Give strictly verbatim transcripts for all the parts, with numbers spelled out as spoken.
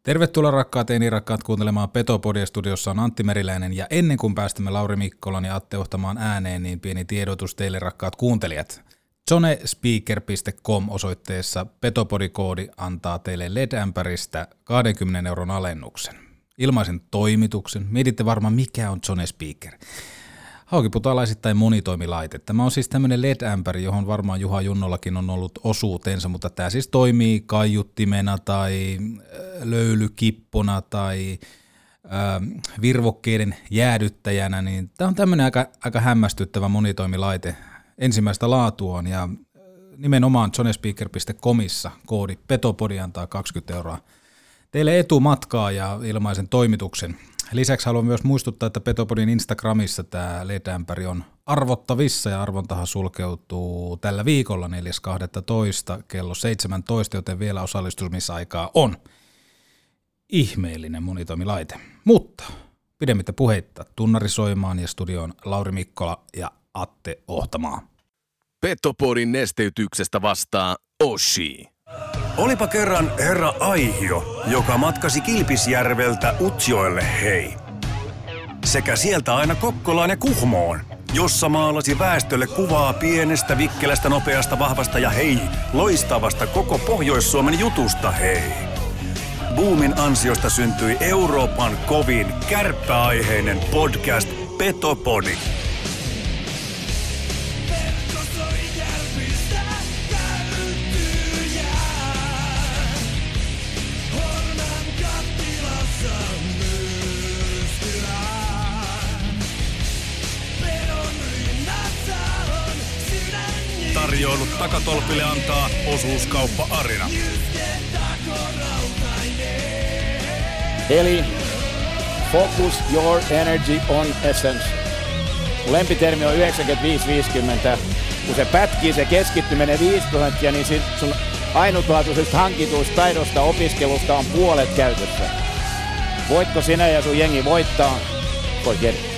Tervetuloa rakkaat teini-rakkaat kuuntelemaan Petopodia. Studiossa on Antti Meriläinen ja ennen kuin päästämme Lauri Mikkolan ja Atte Ohtamaan ääneen, niin pieni tiedotus teille rakkaat kuuntelijat. zonespeaker piste com osoitteessa Petopodikoodi antaa teille L E D-ämpäristä kaksikymmentä euron alennuksen. Ilmaisen toimituksen. Mietitte varmaan mikä on Zonespeaker. Haukiputalaisittain monitoimilaite. Tämä on siis tämmöinen L E D-ämpäri, johon varmaan Juha Junnollakin on ollut osuutensa, mutta tämä siis toimii kaiuttimena tai löylykippona tai äh, virvokkeiden jäädyttäjänä. Niin tämä on tämmöinen aika, aika hämmästyttävä monitoimilaite ensimmäistä laatuaan ja nimenomaan zonespeaker piste comissa koodi Petopodi antaa kaksikymmentä euroa teille etumatkaa ja ilmaisen toimituksen. Lisäksi haluan myös muistuttaa, että Petopodin Instagramissa tämä L E D-ämpäri on arvottavissa ja arvontahan sulkeutuu tällä viikolla neljäs kahdestoista kello seitsemäntoista, joten vielä osallistumisaikaa on. Ihmeellinen monitoimilaite. Mutta pidemmittä puheitta tunnari soimaan ja studioon Lauri Mikkola ja Atte Ohtamaa. Petopodin nesteytyksestä vastaa Oshi. Olipa kerran herra Aihio, joka matkasi Kilpisjärveltä Utsjoelle hei. Sekä sieltä aina Kokkolaan ja Kuhmoon, jossa maalasi väestölle kuvaa pienestä, vikkelästä, nopeasta, vahvasta ja hei, loistavasta koko Pohjois-Suomen jutusta hei. Boomin ansiosta syntyi Euroopan kovin kärppäaiheinen podcast Petopodi. Tarjoilut takatolpille antaa osuuskauppa Arina. Eli focus your energy on essence. Lempitermi on yhdeksänkymmentäviisi viisikymmentä. Kun se pätkii se keskittyminen viisi prosenttia, niin sit sun ainutlaatuisesta hankituista taidosta opiskelusta on puolet käytössä. Voitko sinä ja sun jengi voittaa? Forget it.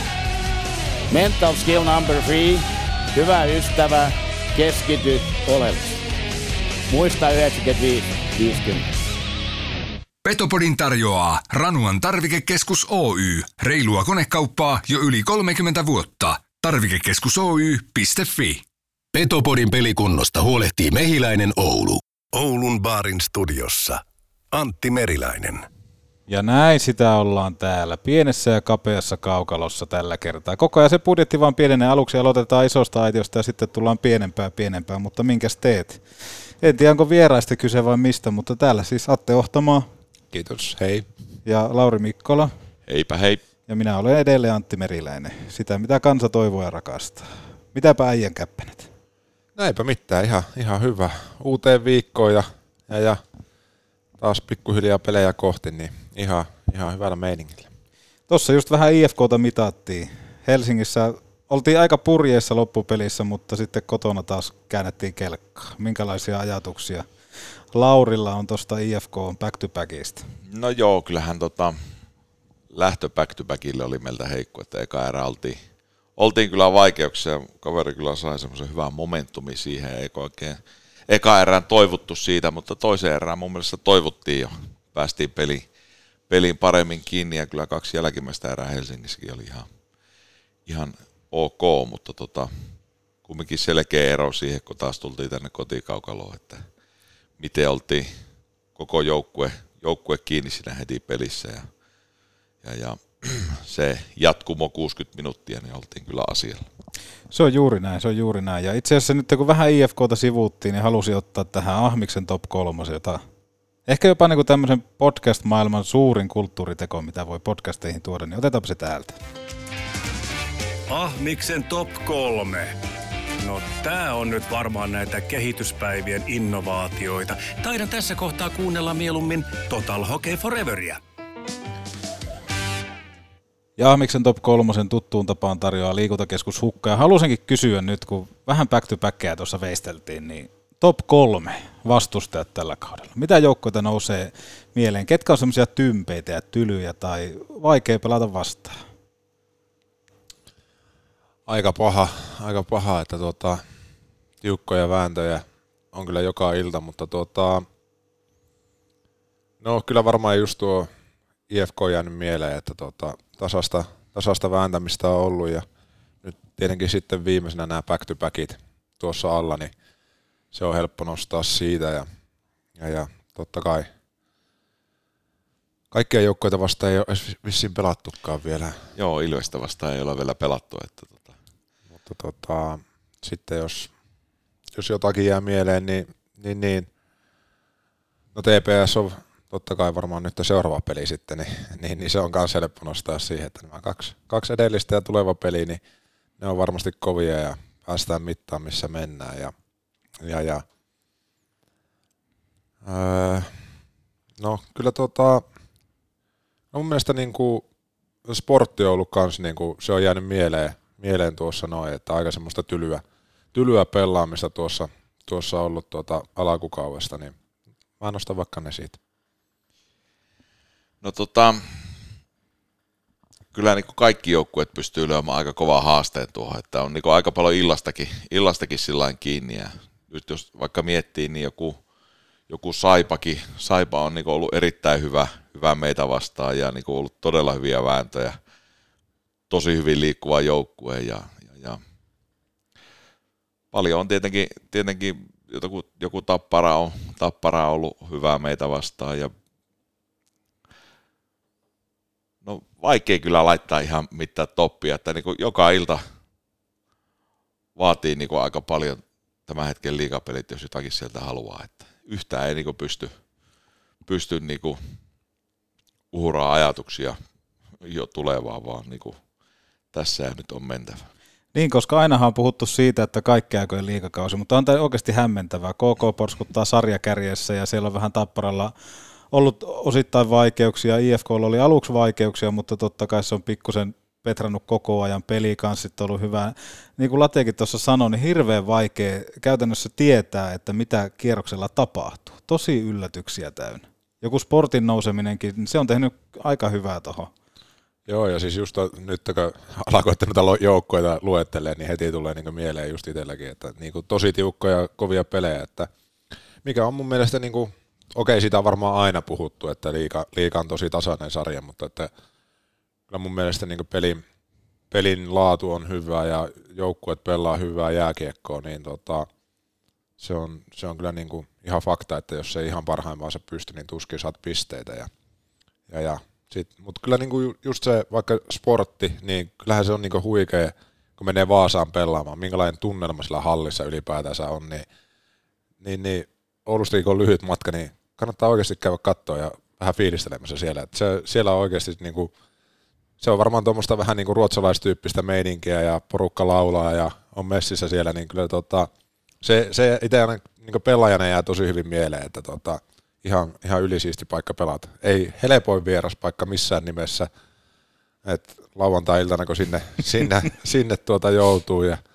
Mental skill number three. Hyvä ystävä. Keskity oleellisesti. Muista yhdeksänkymmentäviisi viisikymmentä. Petopodin tarjoaa Ranuan tarvikekeskus Oy. Reilua konekauppaa jo yli kolmekymmentä vuotta. Tarvikekeskus Oy piste fi. Petopodin pelikunnosta huolehtii Mehiläinen Oulu. Oulun baarin studiossa Antti Meriläinen. Ja näin sitä ollaan täällä, pienessä ja kapeassa kaukalossa tällä kertaa. Koko ajan se budjetti vaan pienenee, aluksi aloitetaan isosta aitiosta ja sitten tullaan pienempää pienempää, mutta minkäs teet? En tiedä, onko vieraista kyse vai mistä, mutta täällä siis Atte Ohtamaa. Kiitos, hei. Ja Lauri Mikkola. Heipä hei. Ja minä olen edelleen Antti Meriläinen, sitä mitä kansa toivoo ja rakastaa. Mitäpä äijän käppänet? Näinpä mitään, ihan, ihan hyvä. Uuteen viikkoon ja, ja, ja taas pikkuhiljaa pelejä kohti, niin ihan, ihan hyvällä meiningillä. Tuossa just vähän I F K:ta mitattiin. Helsingissä oltiin aika purjeissa loppupelissä, mutta sitten kotona taas käännettiin kelkkaa. Minkälaisia ajatuksia Laurilla on tuosta I F K back to backista? No joo, kyllähän tota, lähtö back to backille oli meiltä heikko, että eka erä oltiin, oltiin kyllä vaikeuksia. Kaveri kyllä sai semmoisen hyvän momentumin siihen, eikä oikein eka erään toivottu siitä, mutta toiseen erään mun mielestä toivottiin jo. Päästiin peliin, peliin paremmin kiinni ja kyllä kaksi jälkimmäistä erää Helsingissäkin oli ihan, ihan ok, mutta tota, kumminkin selkeä ero siihen, kun taas tultiin tänne kotikaukaloon, että miten oltiin koko joukkue, joukkue kiinni siinä heti pelissä ja, ja, ja se jatkumo kuusikymmentä minuuttia, niin oltiin kyllä asialla. Se on juuri näin, se on juuri näin. Ja itse asiassa nyt kun vähän I F K:ta sivuuttiin, niin halusin ottaa tähän Ahmiksen top kolme, jota ehkä jopa niin kuin tämmöisen podcast-maailman suurin kulttuuriteko, mitä voi podcasteihin tuoda, niin otetaanpa se täältä. Ahmiksen top kolme. No tää on nyt varmaan näitä kehityspäivien innovaatioita. Taidan tässä kohtaa kuunnella mieluummin Total Hockey Foreveria. Ja Ahmiksen top kolmosen tuttuun tapaan tarjoaa liikuntakeskus Hukka. Ja halusinkin kysyä nyt, kun vähän back to backia tuossa veisteltiin, niin top kolme vastustajat tällä kaudella. Mitä joukkoita nousee mieleen? Ketkä on semmoisia tympeitä ja tylyjä tai vaikea pelata vastaan? Aika paha, aika paha, että tuota, tiukkoja vääntöjä on kyllä joka ilta, mutta tuota, No kyllä varmaan just tuo I F K on jäänyt mieleen, että tota, tasasta, tasasta vääntämistä on ollut ja nyt tietenkin sitten viimeisenä nämä back-to-backit tuossa alla, niin se on helppo nostaa siitä ja, ja, ja totta kai kaikkia joukkoita vastaan ei ole edes vissiin pelattukaan vielä. Joo, Ilvestä vastaan ei ole vielä pelattu. Että tota. Mutta tota, sitten jos, jos jotakin jää mieleen, niin, niin, niin no T P S on totta kai varmaan nyt seuraava peli sitten, niin, niin, niin se on myös helppo nostaa siihen, että nämä kaksi, kaksi edellistä ja tuleva peli, niin ne on varmasti kovia ja päästään mittaan, missä mennään. Ja, ja, ja, öö, no kyllä tota, no mun mielestä niinku sportti on ollut kans, niinku, se on jäänyt mieleen, mieleen tuossa noin, että aika semmoista tylyä, tylyä pelaamista tuossa, tuossa on ollut tuota alakukaudesta, niin mä nostan vaikka ne siitä. No tota, kyllä niin kuin kaikki joukkueet pystyy lyömään aika kovaa haasteen tuohon, että on niin kuin aika paljon illastakin, illastakin sillain kiinni ja nyt jos vaikka miettii, niin joku, joku Saipakin, Saipa on niin kuin ollut erittäin hyvä, hyvä meitä vastaan ja niin kuin ollut todella hyviä vääntöjä, tosi hyvin liikkuva joukkue ja, ja, ja paljon on tietenkin, tietenkin joku, joku tappara, on, tappara on ollut hyvää meitä vastaan ja no vaikea kyllä laittaa ihan mitään toppia, että niin kuin joka ilta vaatii niin kuin aika paljon tämän hetken liigapelit, jos jotakin sieltä haluaa, että yhtään ei niin kuin pysty, pysty niin kuin uhraa ajatuksia jo tulevaa, vaan niin kuin tässä ja nyt on mentävä. Niin, koska ainahan on puhuttu siitä, että kaikki aikojen liigakausi, mutta on tämä oikeasti hämmentävää. K K porskuttaa sarjakärjessä ja siellä on vähän Tapparalla ollut osittain vaikeuksia, I F K:lla oli aluksi vaikeuksia, mutta totta kai se on pikkusen petrannut koko ajan, peli kanssa sitten ollut hyvä. Niin kuin Latekin tuossa sanoi, niin hirveän vaikea käytännössä tietää, että mitä kierroksella tapahtuu. Tosi yllätyksiä täynnä. Joku sportin nouseminenkin, niin se on tehnyt aika hyvää tuohon. Joo, ja siis just nyt kun alkoitte noita joukkoja luettelee, niin heti tulee niin mieleen just itselläkin, että niin tosi tiukkoja, kovia pelejä, että mikä on mun mielestä niin kuin, okei, siitä on varmaan aina puhuttu, että liiga, liiga on tosi tasainen sarja, mutta että kyllä mun mielestä niin pelin, pelin laatu on hyvä ja joukkueet pelaa hyvää jääkiekkoa, niin tota, se, on, se on kyllä niin kuin ihan fakta, että jos ei ihan parhaimmaan se pysty, niin tuskin saat pisteitä. Ja, ja, ja mutta kyllä niin kuin just se vaikka sportti, niin kyllähän se on niin kuin huikea, kun menee Vaasaan pelaamaan, minkälainen tunnelma sillä hallissa ylipäätänsä on, niin, niin, niin Oulustakin kun on lyhyt matka, niin kannattaa oikeasti käydä katsoa ja vähän fiilistelemässä siellä. Että se, siellä on oikeasti, niin kuin, se on varmaan tuommoista vähän niin kuin ruotsalaistyyppistä meininkiä ja porukka laulaa ja on messissä siellä, niin kyllä tota, se, se itse aina niin pelaajana jää tosi hyvin mieleen, että tota, ihan, ihan ylisiisti paikka pelata. Ei helpoin vieras paikka missään nimessä, että lauantai-iltana kun sinne, sinne, sinne tuota joutuu ja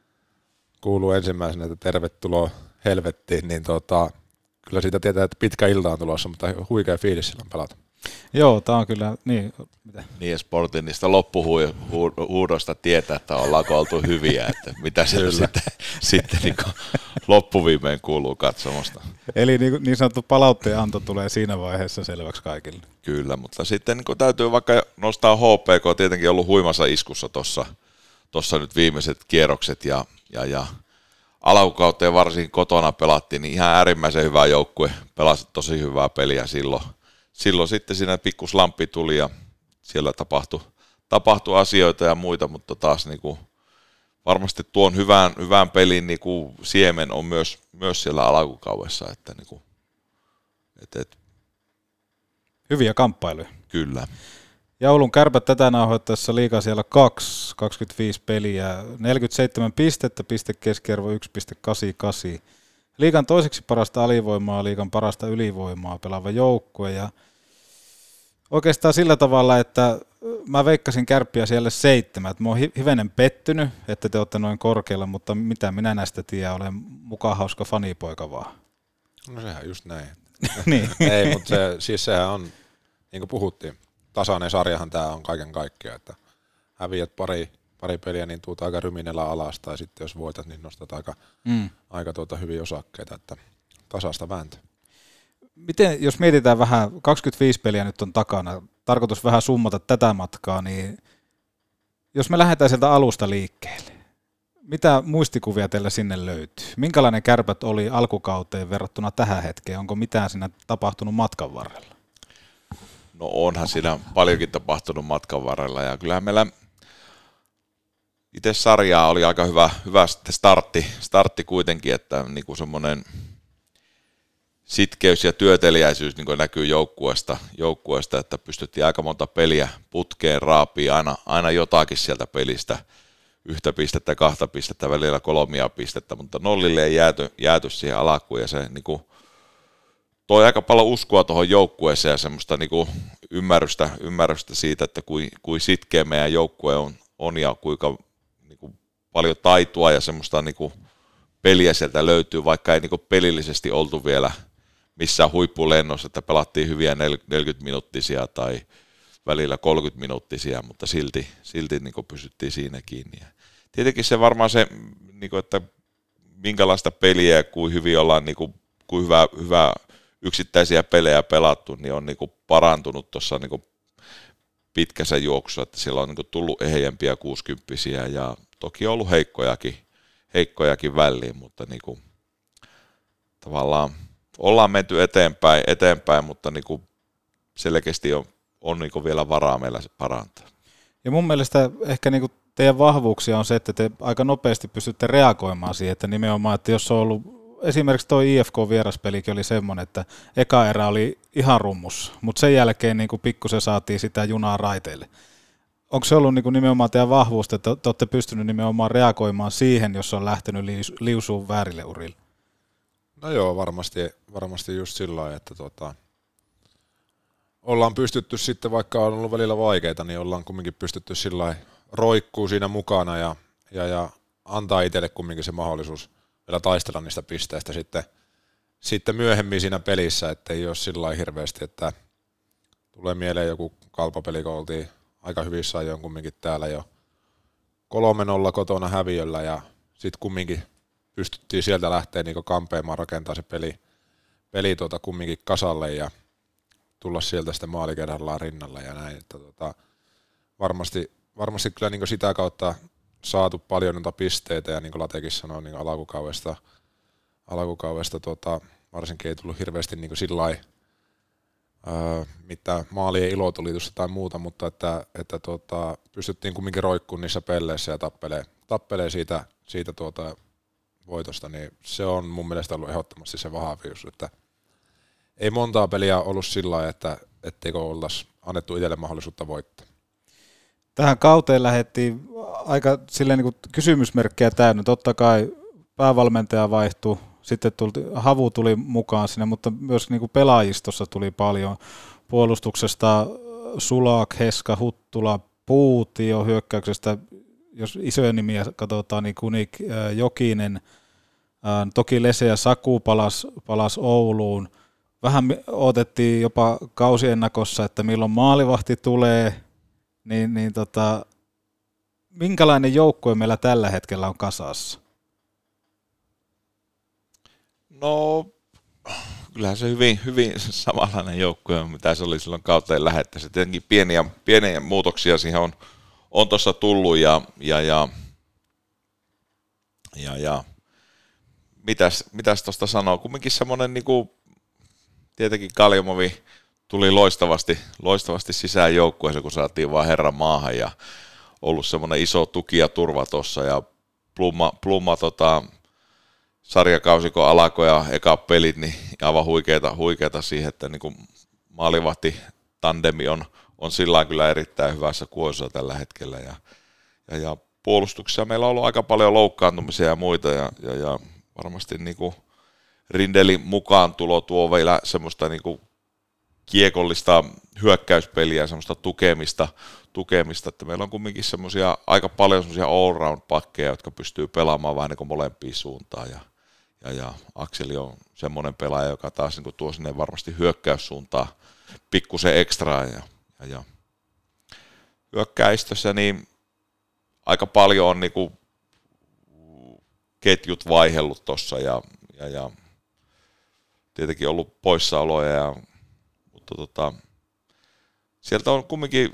kuuluu ensimmäisenä, että tervetuloa helvettiin, niin tota, kyllä siitä tietää, että pitkä ilta on tulossa, mutta huikea fiilis sillä on pelata. Joo, tää on kyllä, niin. Mitä? Niin ja sportin niistä loppuhuudosta tietää, että ollaanko oltu hyviä, että mitä siellä sitten, sitten niin loppuviimeen kuuluu katsomosta. Eli niin, niin sanottu palautteenanto tulee siinä vaiheessa selväksi kaikille. Kyllä, mutta sitten niin täytyy vaikka nostaa H P K, tietenkin ollut huimassa iskussa tuossa tossa nyt viimeiset kierrokset ja, ja, ja alkukauteen varsinkin kotona pelattiin, niin ihan äärimmäisen hyvä joukkue, pelasi tosi hyvää peliä silloin. Silloin sitten siinä pikku slamppi tuli ja siellä tapahtui, tapahtui asioita ja muita, mutta taas niin kuin varmasti tuon hyvän, hyvän pelin niin kuin siemen on myös, myös siellä alkukaudessa. Että niin kuin, et, et. Hyviä kamppailuja. Kyllä. Ja Oulun Kärpät tätä nauhoittaessa liigaa siellä kaksi, kaksikymmentäviisi peliä, neljäkymmentäseitsemän pistettä, piste keskiarvo yksi pilkku kahdeksankymmentäkahdeksan. Liigan toiseksi parasta alivoimaa, liigan parasta ylivoimaa pelaava joukkue ja oikeastaan sillä tavalla, että mä veikkasin Kärppiä siellä seitsemän. Mä oon hivenen pettynyt, että te olette noin korkealla, mutta mitä minä näistä tiedän, olen mukaan hauska fanipoika vaan. No sehän just näin. Niin. Ei, mutta se, siis sehän on, niin kuin puhuttiin, tasainen sarjahan tämä on kaiken kaikkiaan, että häviät pari, pari peliä, niin tuut aika ryminellä alas, tai sitten jos voitat, niin nostat aika, mm. aika tuota hyvin osakkeita, että tasasta vääntö. miten, jos mietitään vähän, kaksikymmentäviisi peliä nyt on takana, tarkoitus vähän summata tätä matkaa, niin jos me lähdetään sieltä alusta liikkeelle, mitä muistikuvia teillä sinne löytyy? Minkälainen Kärpät oli alkukauteen verrattuna tähän hetkeen? Onko mitään siinä tapahtunut matkan varrella? No onhan siinä paljonkin tapahtunut matkan varrella ja kyllähän meillä itse sarjaa oli aika hyvä, hyvä sitten startti, startti kuitenkin, että niin kuin semmoinen sitkeys ja työteliäisyys niin kuin näkyy joukkueesta, joukkueesta, että pystyttiin aika monta peliä putkeen raapii aina, aina jotakin sieltä pelistä, yhtä pistettä, kahta pistettä, välillä kolmia pistettä, mutta nollille ei jääty, jääty siihen alkuun ja se niin kuin toi aika paljon uskoa tuohon joukkueeseen ja semmoista niin kuin ymmärrystä, ymmärrystä siitä, että kui, kui sitkeä meidän joukkue on, on ja kuinka niin kuin paljon taitoa ja semmoista niin kuin peliä sieltä löytyy, vaikka ei niin kuin pelillisesti oltu vielä missään huippulennossa, että pelattiin hyviä neljäkymmentä-minuuttisia tai välillä kolmekymmentä-minuuttisia, mutta silti, silti niin kuin pysyttiin siinä kiinni. Ja tietenkin se varmaan se, niin kuin, että minkälaista peliä ja kuin hyvin ollaan, niin kuin, kuin hyvä, hyvä yksittäisiä pelejä pelattu, niin on niin kuin parantunut tuossa niin kuin pitkässä juoksussa, että siellä on niin kuin tullut ehjempiä kuusikymppisiä ja toki on ollut heikkojakin, heikkojakin väliin, mutta niin kuin, tavallaan ollaan menty eteenpäin, eteenpäin mutta niin kuin selkeästi on, on niin kuin vielä varaa meillä parantaa. Ja mun mielestä ehkä niin kuin teidän vahvuuksia on se, että te aika nopeasti pystytte reagoimaan siihen, että nimenomaan, että jos on ollut, esimerkiksi tuo I F K-vieraspelikin oli semmoinen, että eka erä oli ihan rummussa, mutta sen jälkeen niin kuin pikkusen saatiin sitä junaa raiteille. Onko se ollut niin kuin nimenomaan teidän vahvuus, että te olette pystyneet nimenomaan reagoimaan siihen, jos on lähtenyt liusuun väärille urille? No joo, varmasti, varmasti just sillä lailla, että tota, ollaan pystytty sitten, vaikka on ollut välillä vaikeita, niin ollaan kumminkin pystytty sillä lailla roikkuu siinä mukana ja, ja, ja antaa itselle kumminkin se mahdollisuus vielä taistella niistä pisteistä sitten, sitten myöhemmin siinä pelissä, ettei ole sillä lailla hirveästi, että tulee mieleen joku Kalpapeli, kun oltiin aika hyvissä ajoin kumminkin täällä jo kolme nolla kotona häviöllä ja sitten kumminkin pystyttiin sieltä lähteä niin kampeamaan, rakentaa se peli, peli tuota kumminkin kasalle ja tulla sieltä sitten maalikerrallaan rinnalla ja näin, että tota, varmasti, varmasti kyllä niin sitä kautta saatu paljon noita pisteitä ja niin kuin Latekin sanoi, niin alkukaudesta, alkukaudesta tota, varsinkin ei tullut hirveästi niin sillä lailla mitään maalien ilotulitusta tai muuta, mutta että, että tota, pystyttiin kumminkin roikkuun niissä pelleissä ja tappelee, tappelee siitä, siitä tuota voitosta, niin se on mun mielestä ollut ehdottomasti se vahvuus, että ei montaa peliä ollut sillä lailla, että etteikö oltaisi annettu itselle mahdollisuutta voittaa. Tähän kauteen lähdettiin aika silleen niin kuin kysymysmerkkejä täynnä. Totta kai päävalmentaja vaihtui, sitten tuli, Havu tuli mukaan sinne, mutta myös niin kuin pelaajistossa tuli paljon. Puolustuksesta Sulak, Heska, Huttula, Puutio, hyökkäyksestä, jos isoja nimiä katsotaan, niin Kunik, Jokinen, toki Lese ja Saku palas, palas Ouluun. Vähän odotettiin jopa kausiennakossa, että milloin maalivahti tulee, niin, niin tota, minkälainen joukkue meillä tällä hetkellä on kasassa? No, kyllähän se hyvin, hyvin samanlainen joukkue on, mitä se oli silloin kauteen lähettäessä. Tietenkin pieniä, pieniä muutoksia siihen on, on tuossa tullut ja, ja, ja, ja, ja mitäs, mitäs tuosta sanoo? Kumminkin semmoinen, niin kuin, tietenkin Kaljomovi tuli loistavasti, loistavasti sisään joukkueeseen, kun saatiin vaan herran maahan ja ollut semmoinen iso tuki ja turva tuossa ja Plumma, Plumma tota, sarjakausi kun alkoi ja eka pelit, niin aivan huikeeta, huikeeta siihen, että niin kuin maalivahti tandemi on, on sillä kyllä erittäin hyvässä kuosissa tällä hetkellä ja, ja, ja puolustuksessa meillä on ollut aika paljon loukkaantumisia ja muita ja, ja, ja varmasti niin kuin Rindelin mukaan tulo tuo vielä semmoista niin kuin kiekollista hyökkäyspeliä, semmoista tukemista, tukemista, että meillä on kumminkin semmoisia aika paljon semmoisia all-round-pakkeja, jotka pystyy pelaamaan vähän niin kuin molempiin suuntaan ja, ja, ja Akseli on semmoinen pelaaja, joka taas niin kuin tuo sinne varmasti hyökkäyssuuntaan pikkusen ekstraa ja, ja, ja hyökkäistössä niin aika paljon on niin kuin ketjut vaihellut tuossa ja, ja, ja tietenkin ollut poissaoloja, ja, mutta tota, sieltä on kumminkin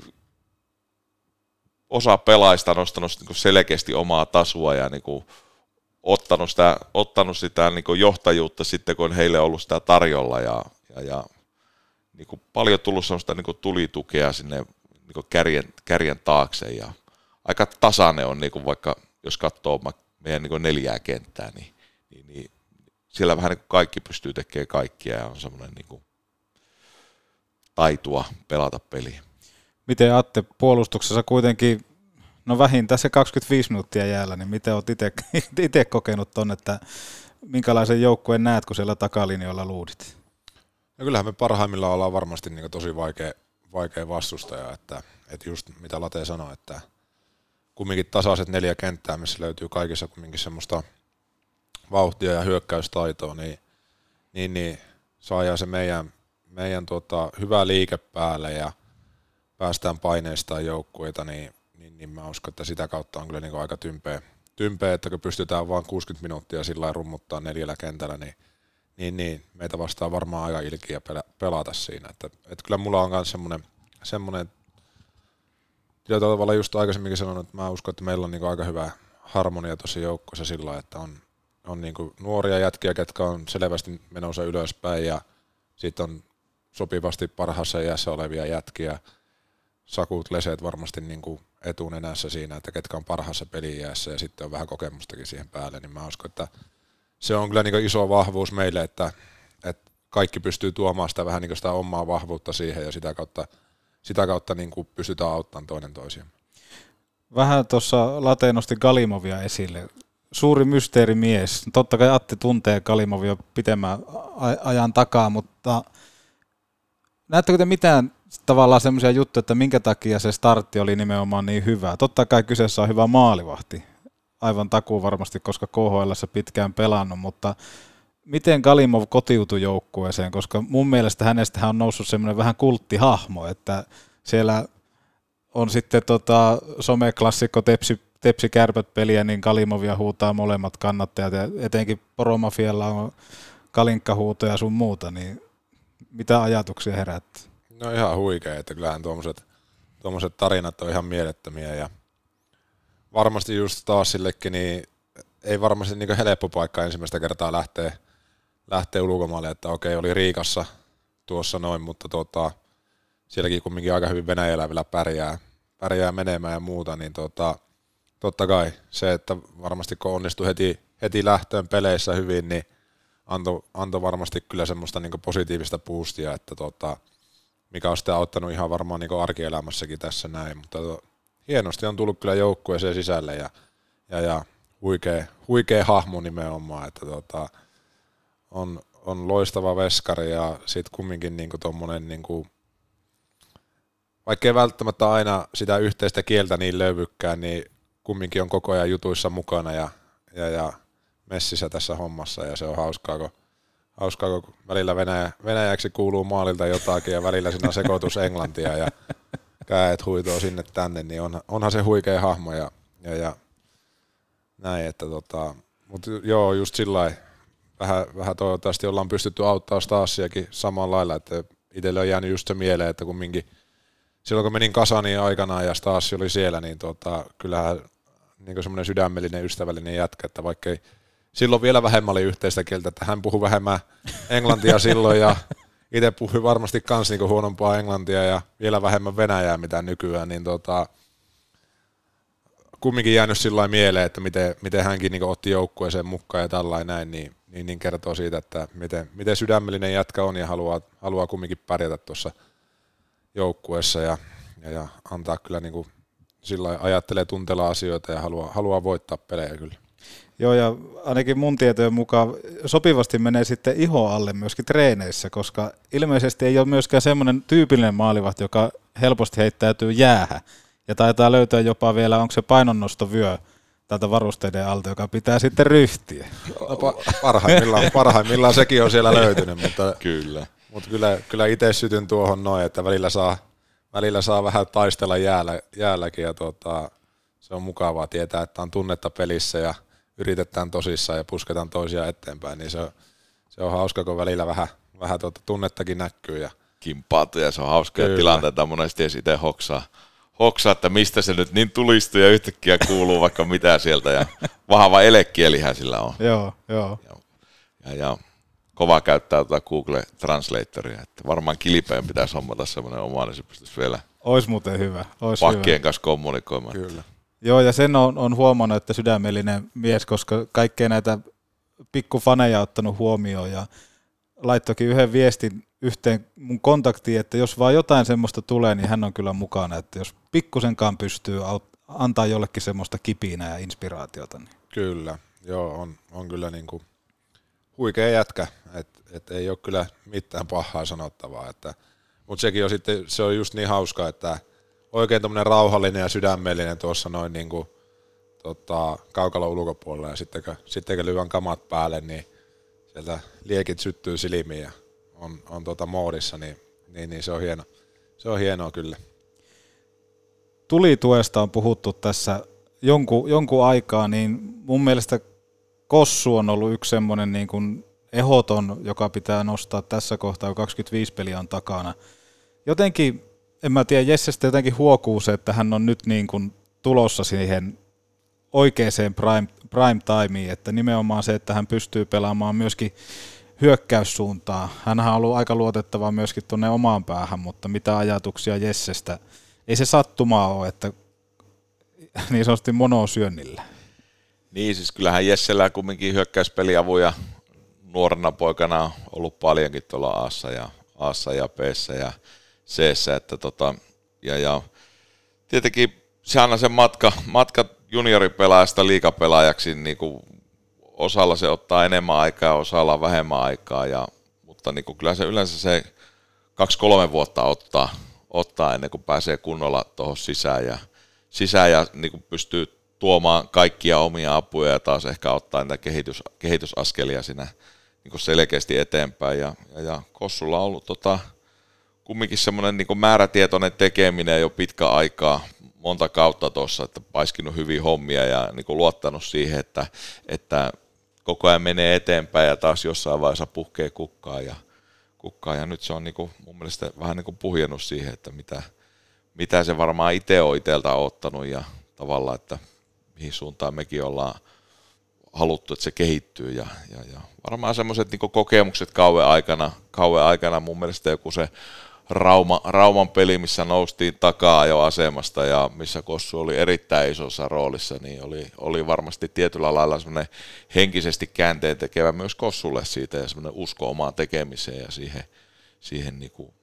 osa pelaajista nostanut niin selkeästi omaa tasoa ja niin kuin ottanut sitä, ottanut sitä niin kuin johtajuutta sitten, kun on heille ollut sitä tarjolla ja, ja, ja niin kuin paljon tullut sellaista niin kuin tulitukea sinne niin kuin kärjen, kärjen taakse ja aika tasainen on, niin kuin vaikka jos katsoo meidän niin kuin neljää kenttää, niin, niin, niin siellä vähän niin kuin kaikki pystyy tekemään kaikkia ja on semmoinen niin kuin taitoa pelata peliä. Miten Atte, puolustuksessa kuitenkin, no vähintään se kaksikymmentäviisi minuuttia jäällä, niin miten olet itse kokenut ton, että minkälaisen joukkueen näet, kun siellä takalinjoilla luudit? No kyllähän me parhaimmillaan ollaan varmasti niin tosi vaikea, vaikea vastustaja, että, että just mitä Late sanoi, että kumminkin tasaiset neljä kenttää, missä löytyy kaikissa kumminkin semmoista vauhtia ja hyökkäystaitoa, niin, niin, niin saadaan se meidän, meidän tuota, hyvä liike päälle ja päästään paineistaan joukkueita, niin, niin, niin mä uskon, että sitä kautta on kyllä niin aika tympeä, tympeä, että kun pystytään vain kuusikymmentä minuuttia sillä lailla rummuttaa neljällä kentällä, niin, niin, niin meitä vastaan varmaan aika ilkiä pelata siinä. Että, että kyllä mulla on myös semmoinen, semmoinen tietyllä tavalla just aikaisemminkin sanonut, että mä uskon, että meillä on niin aika hyvä harmonia tuossa joukkueessa sillä lailla, että on, on niin nuoria jätkiä, ketkä on selvästi menossa ylöspäin ja sitten on sopivasti parhaassa iässä olevia jätkiä, Sakut, Leset varmasti niin kuin etunenässä siinä, että ketkä on parhaassa peli-iässä ja sitten on vähän kokemustakin siihen päälle, niin mä uskon, että se on kyllä niin kuin iso vahvuus meille, että, että kaikki pystyy tuomaan sitä vähän niin kuin sitä omaa vahvuutta siihen ja sitä kautta, sitä kautta niin kuin pystytään auttamaan toinen toisiaan. Vähän tuossa Late nosti Galimovia esille. Suuri mysteerimies. Totta kai Atte tuntee Galimovia pitemmän ajan takaa, mutta näettekö te mitään tavallaan semmoisia juttuja, että minkä takia se startti oli nimenomaan niin hyvä? Totta kai kyseessä on hyvä maalivahti. Aivan takuu varmasti, koska K H L:ssä pitkään pelannut, mutta miten Galimov kotiutui joukkueeseen, koska mun mielestä hänestä on noussut semmoinen vähän kulttihahmo, että siellä on sitten tota someklassikko Tepsi, Tepsi Kärpät peliä, niin Galimovia huutaa molemmat kannattajat ja etenkin Poromafialla on Kalinkka-huutoja ja sun muuta, niin mitä ajatuksia herättää? No ihan huikea, että kyllähän tuommoiset, tuommoiset tarinat on ihan mielettömiä ja varmasti just taas sillekin, niin ei varmasti niin helppo paikka ensimmäistä kertaa lähteä, lähteä ulkomaille, että okei, oli Riikassa tuossa noin, mutta tota, sielläkin kumminkin aika hyvin Venäjällä vielä pärjää, pärjää menemään ja muuta, niin tota, totta kai se, että varmasti kun onnistui heti, heti lähtöön peleissä hyvin, niin antoi anto varmasti kyllä semmoista niin positiivista boostia, että tota, mikä on sitä auttanut ihan varmaan niin arkielämässäkin tässä näin, mutta to, hienosti on tullut kyllä joukkueeseen sisälle ja, ja, ja huikea, huikea hahmo nimenomaan, että tota, on, on loistava veskari ja sitten kumminkin niinku tommonen, niinku, vaikka ei välttämättä aina sitä yhteistä kieltä niin löyvykkään, niin kumminkin on koko ajan jutuissa mukana ja, ja, ja messissä tässä hommassa ja se on hauskaa, kun, hauskaa, kun välillä Venäjä, Venäjäksi kuuluu maalilta jotakin ja välillä siinä on sekoitus englantia ja käet huitoo sinne tänne, niin on, onhan se huikea hahmo ja, ja, ja näin, että tota, mutta joo, just sillä lailla vähän, vähän toivottavasti ollaan pystytty auttaa Stasiakin samalla lailla, että itselle on jäänyt just se mieleen, että kumminkin silloin kun menin Kasaniin aikanaan ja Stasi oli siellä, niin tota, kyllähän niin semmoinen sydämellinen, ystävällinen jätkä, että vaikka ei silloin vielä vähemmän oli yhteistä kieltä, että hän puhui vähemmän englantia silloin ja itse puhui varmasti kans niinku huonompaa englantia ja vielä vähemmän venäjää mitä nykyään, niin tota, kumminkin jäänyt sillä mieleen, että miten, miten hänkin niinku otti joukkueeseen mukaan ja tällainen näin, niin, niin, niin kertoo siitä, että miten, miten sydämellinen jätkä on ja haluaa, haluaa kumminkin pärjätä tuossa joukkueessa ja, ja, ja antaa kyllä niinku sillä ajattelee tuntella asioita ja haluaa, haluaa voittaa pelejä kyllä. Joo, ja ainakin mun tietojen mukaan sopivasti menee sitten iho alle myöskin treeneissä, koska ilmeisesti ei ole myöskään semmoinen tyypillinen maalivahti, joka helposti heittäytyy jäähän. Ja taitaa löytää jopa vielä, onko se painonnostovyö tältä varusteiden alta, joka pitää sitten ryhtiä. No, parhaimmillaan, parhaimmillaan sekin on siellä löytynyt, mutta kyllä, mutta kyllä, kyllä itse sytyn tuohon noin, että välillä saa, välillä saa vähän taistella jäällä, jäälläkin ja tuota, se on mukavaa tietää, että on tunnetta pelissä ja yritetään tosissaan ja pusketaan toisia eteenpäin, niin se on, se on hauska, kun välillä vähän, vähän tuota tunnettakin näkyy. Ja kimpaatu ja se on hauskoja tilanteita, monesti edes itse hoksaa, hoksaa, että mistä se nyt niin tulistuu ja yhtäkkiä kuuluu vaikka mitä sieltä ja vahva elekielihän sillä on. Joo, joo. Ja, ja, ja kova käyttää tuota Google Translatoria, että varmaan kilpeen pitäisi hommata semmoinen oma, niin se pystyisi vielä Ois muuten hyvä. Ois pakkien hyvä. kanssa kommunikoimaan. Kyllä. Joo, ja sen on, on huomannut, että sydämellinen mies, koska kaikkea näitä pikkufaneja ottanut huomioon ja laittokin yhden viestin yhteen mun kontaktiin, että jos vaan jotain semmoista tulee, niin hän on kyllä mukana, että jos pikkusenkaan pystyy aut- antaa jollekin semmoista kipinää ja inspiraatiota. Niin. Kyllä, joo, on, on kyllä niinku huikea jätkä, että et ei ole kyllä mitään pahaa sanottavaa, että, mutta sekin on sitten, se on just niin hauska, että oikein tommonen rauhallinen ja sydämellinen tuossa noin niinku tota, kaukalon ulkopuolella ja sitten kun, sitten kun lyön kamat päälle, niin sieltä liekit syttyy silmiin ja on, on tota moodissa, niin, niin, niin se on hieno. Se on hienoa kyllä. Tulituesta on puhuttu tässä jonkun, jonkun aikaa, niin mun mielestä Kossu on ollut yksi semmoinen niin kuin ehoton, joka pitää nostaa tässä kohtaa, kun kaksikymmentäviisi peliä on takana. Jotenkin, en mä tiedä, Jessestä jotenkin huokuu se, että hän on nyt niin kuin tulossa siihen oikeaan prime, prime timeen, että nimenomaan se, että hän pystyy pelaamaan myöskin hyökkäyssuuntaa. Hänhän on ollut aika luotettava myöskin tuonne omaan päähän, mutta mitä ajatuksia Jessestä? Ei se sattumaa ole, että niin sanotusti monosyönnillä. Niin, siis kyllähän Jessellä kumminkin hyökkäyspeliavuja nuorena poikana on ollut paljonkin tuolla Aassa ja, Aassa ja B:ssä ja C:ssä, että tota, ja, ja tietenkin se aina se matka, matka junioripelaajasta liigapelaajaksi, niin kuin osalla se ottaa enemmän aikaa, osalla vähemmän aikaa, ja, mutta niin kuin kyllä se yleensä se kaksi kolme vuotta ottaa, ottaa ennen kuin pääsee kunnolla tuohon sisään ja, sisään ja niin kuin pystyy tuomaan kaikkia omia apuja ja taas ehkä ottaa niitä kehitys, kehitysaskelia siinä niin kuin selkeästi eteenpäin. Ja, ja, ja Kossulla on ollut tota, kumminkin semmoinen niin kuin määrätietoinen tekeminen jo pitkä aikaa, monta kautta tuossa, että paiskinut hyvin hommia ja niin kuin luottanut siihen, että, että koko ajan menee eteenpäin ja taas jossain vaiheessa puhkee kukkaan ja, kukkaan. Ja nyt se on niin kuin, mun mielestä vähän niin kuin puhjennut siihen, että mitä, mitä se varmaan itse on itseltä ottanut ja tavallaan, että mihin suuntaan mekin ollaan haluttu, että se kehittyy ja, ja, ja varmaan semmoiset niin kuin kokemukset kauan aikana, kauan aikana mun mielestä joku se Rauma, Rauman peli, missä noustiin takaa jo asemasta ja missä Kossu oli erittäin isossa roolissa, niin oli, oli varmasti tietyllä lailla semmoinen henkisesti käänteen tekevä myös Kossulle siitä ja semmoinen usko omaan tekemiseen ja siihen, siihen niin kuin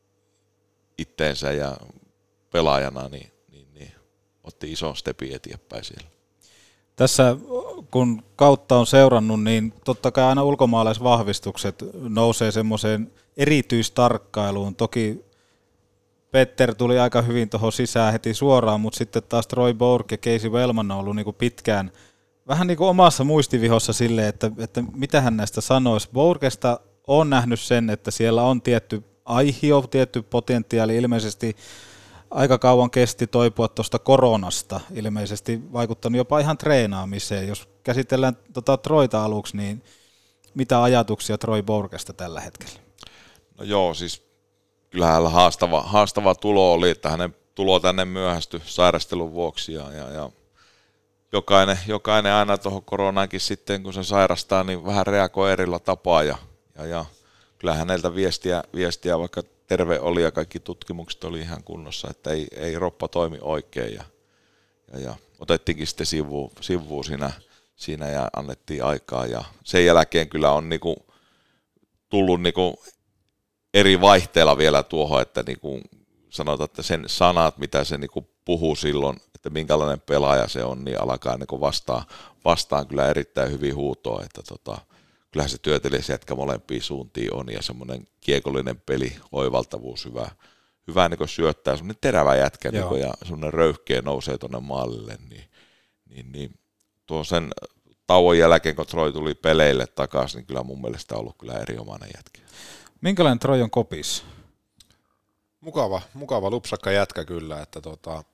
itteensä ja pelaajana niin, niin, niin otti ison stepin eteenpäin siellä. Tässä kun kautta on seurannut, niin totta kai aina ulkomaalaisvahvistukset nousee semmoiseen erityistarkkailuun. Toki Petter tuli aika hyvin tuohon sisään heti suoraan, mutta sitten taas Troy Bourque ja Casey Wellman on ollut niinku pitkään vähän niin kuin omassa muistivihossa silleen, että, että mitä hän näistä sanoisi. Bourquesta on nähnyt sen, että siellä on tietty aihio, tietty potentiaali, ilmeisesti aika kauan kesti toipua tuosta koronasta, ilmeisesti vaikuttanut jopa ihan treenaamiseen. Jos käsitellään tota Troita aluksi, niin mitä ajatuksia Troy Bourquesta tällä hetkellä? No joo, siis kyllähän hänellä haastava, haastava tulo oli, että hänen tulo tänne myöhästyi sairastelun vuoksi ja, ja, ja jokainen, jokainen aina tuohon koronaankin sitten, kun se sairastaa, niin vähän reagoi erillä tapaa ja, ja, ja kyllä häneltä viestiä, viestiä, vaikka terve oli ja kaikki tutkimukset oli ihan kunnossa, että ei, ei roppa toimi oikein ja, ja, ja otettiinkin sitten sivuun, sivuun siinä, siinä ja annettiin aikaa ja sen jälkeen kyllä on niinku tullut niinku eri vaihteella vielä tuohon, että niinku sanotaan, että sen sanat, mitä se niinku puhuu silloin, että minkälainen pelaaja se on, niin alkaa niinku vastaan, vastaan kyllä erittäin hyvin huutoa, että tota, kyllähän se työtelijäs jätkä molempiin suuntiin on ja semmoinen kiekollinen peli, oivaltavuus, hyvä, hyvä niin syöttää, semmoinen terävä jätkä niin ja semmoinen röyhkeä nousee tuonne maalille, niin, niin, niin tuon sen tauon jälkeen, kun Troy tuli peleille takaisin, niin kyllä mun mielestä on ollut kyllä erinomainen jätkä. Minkälainen Troy on kopissa? Mukava, mukava lupsakka jätkä kyllä, että tota,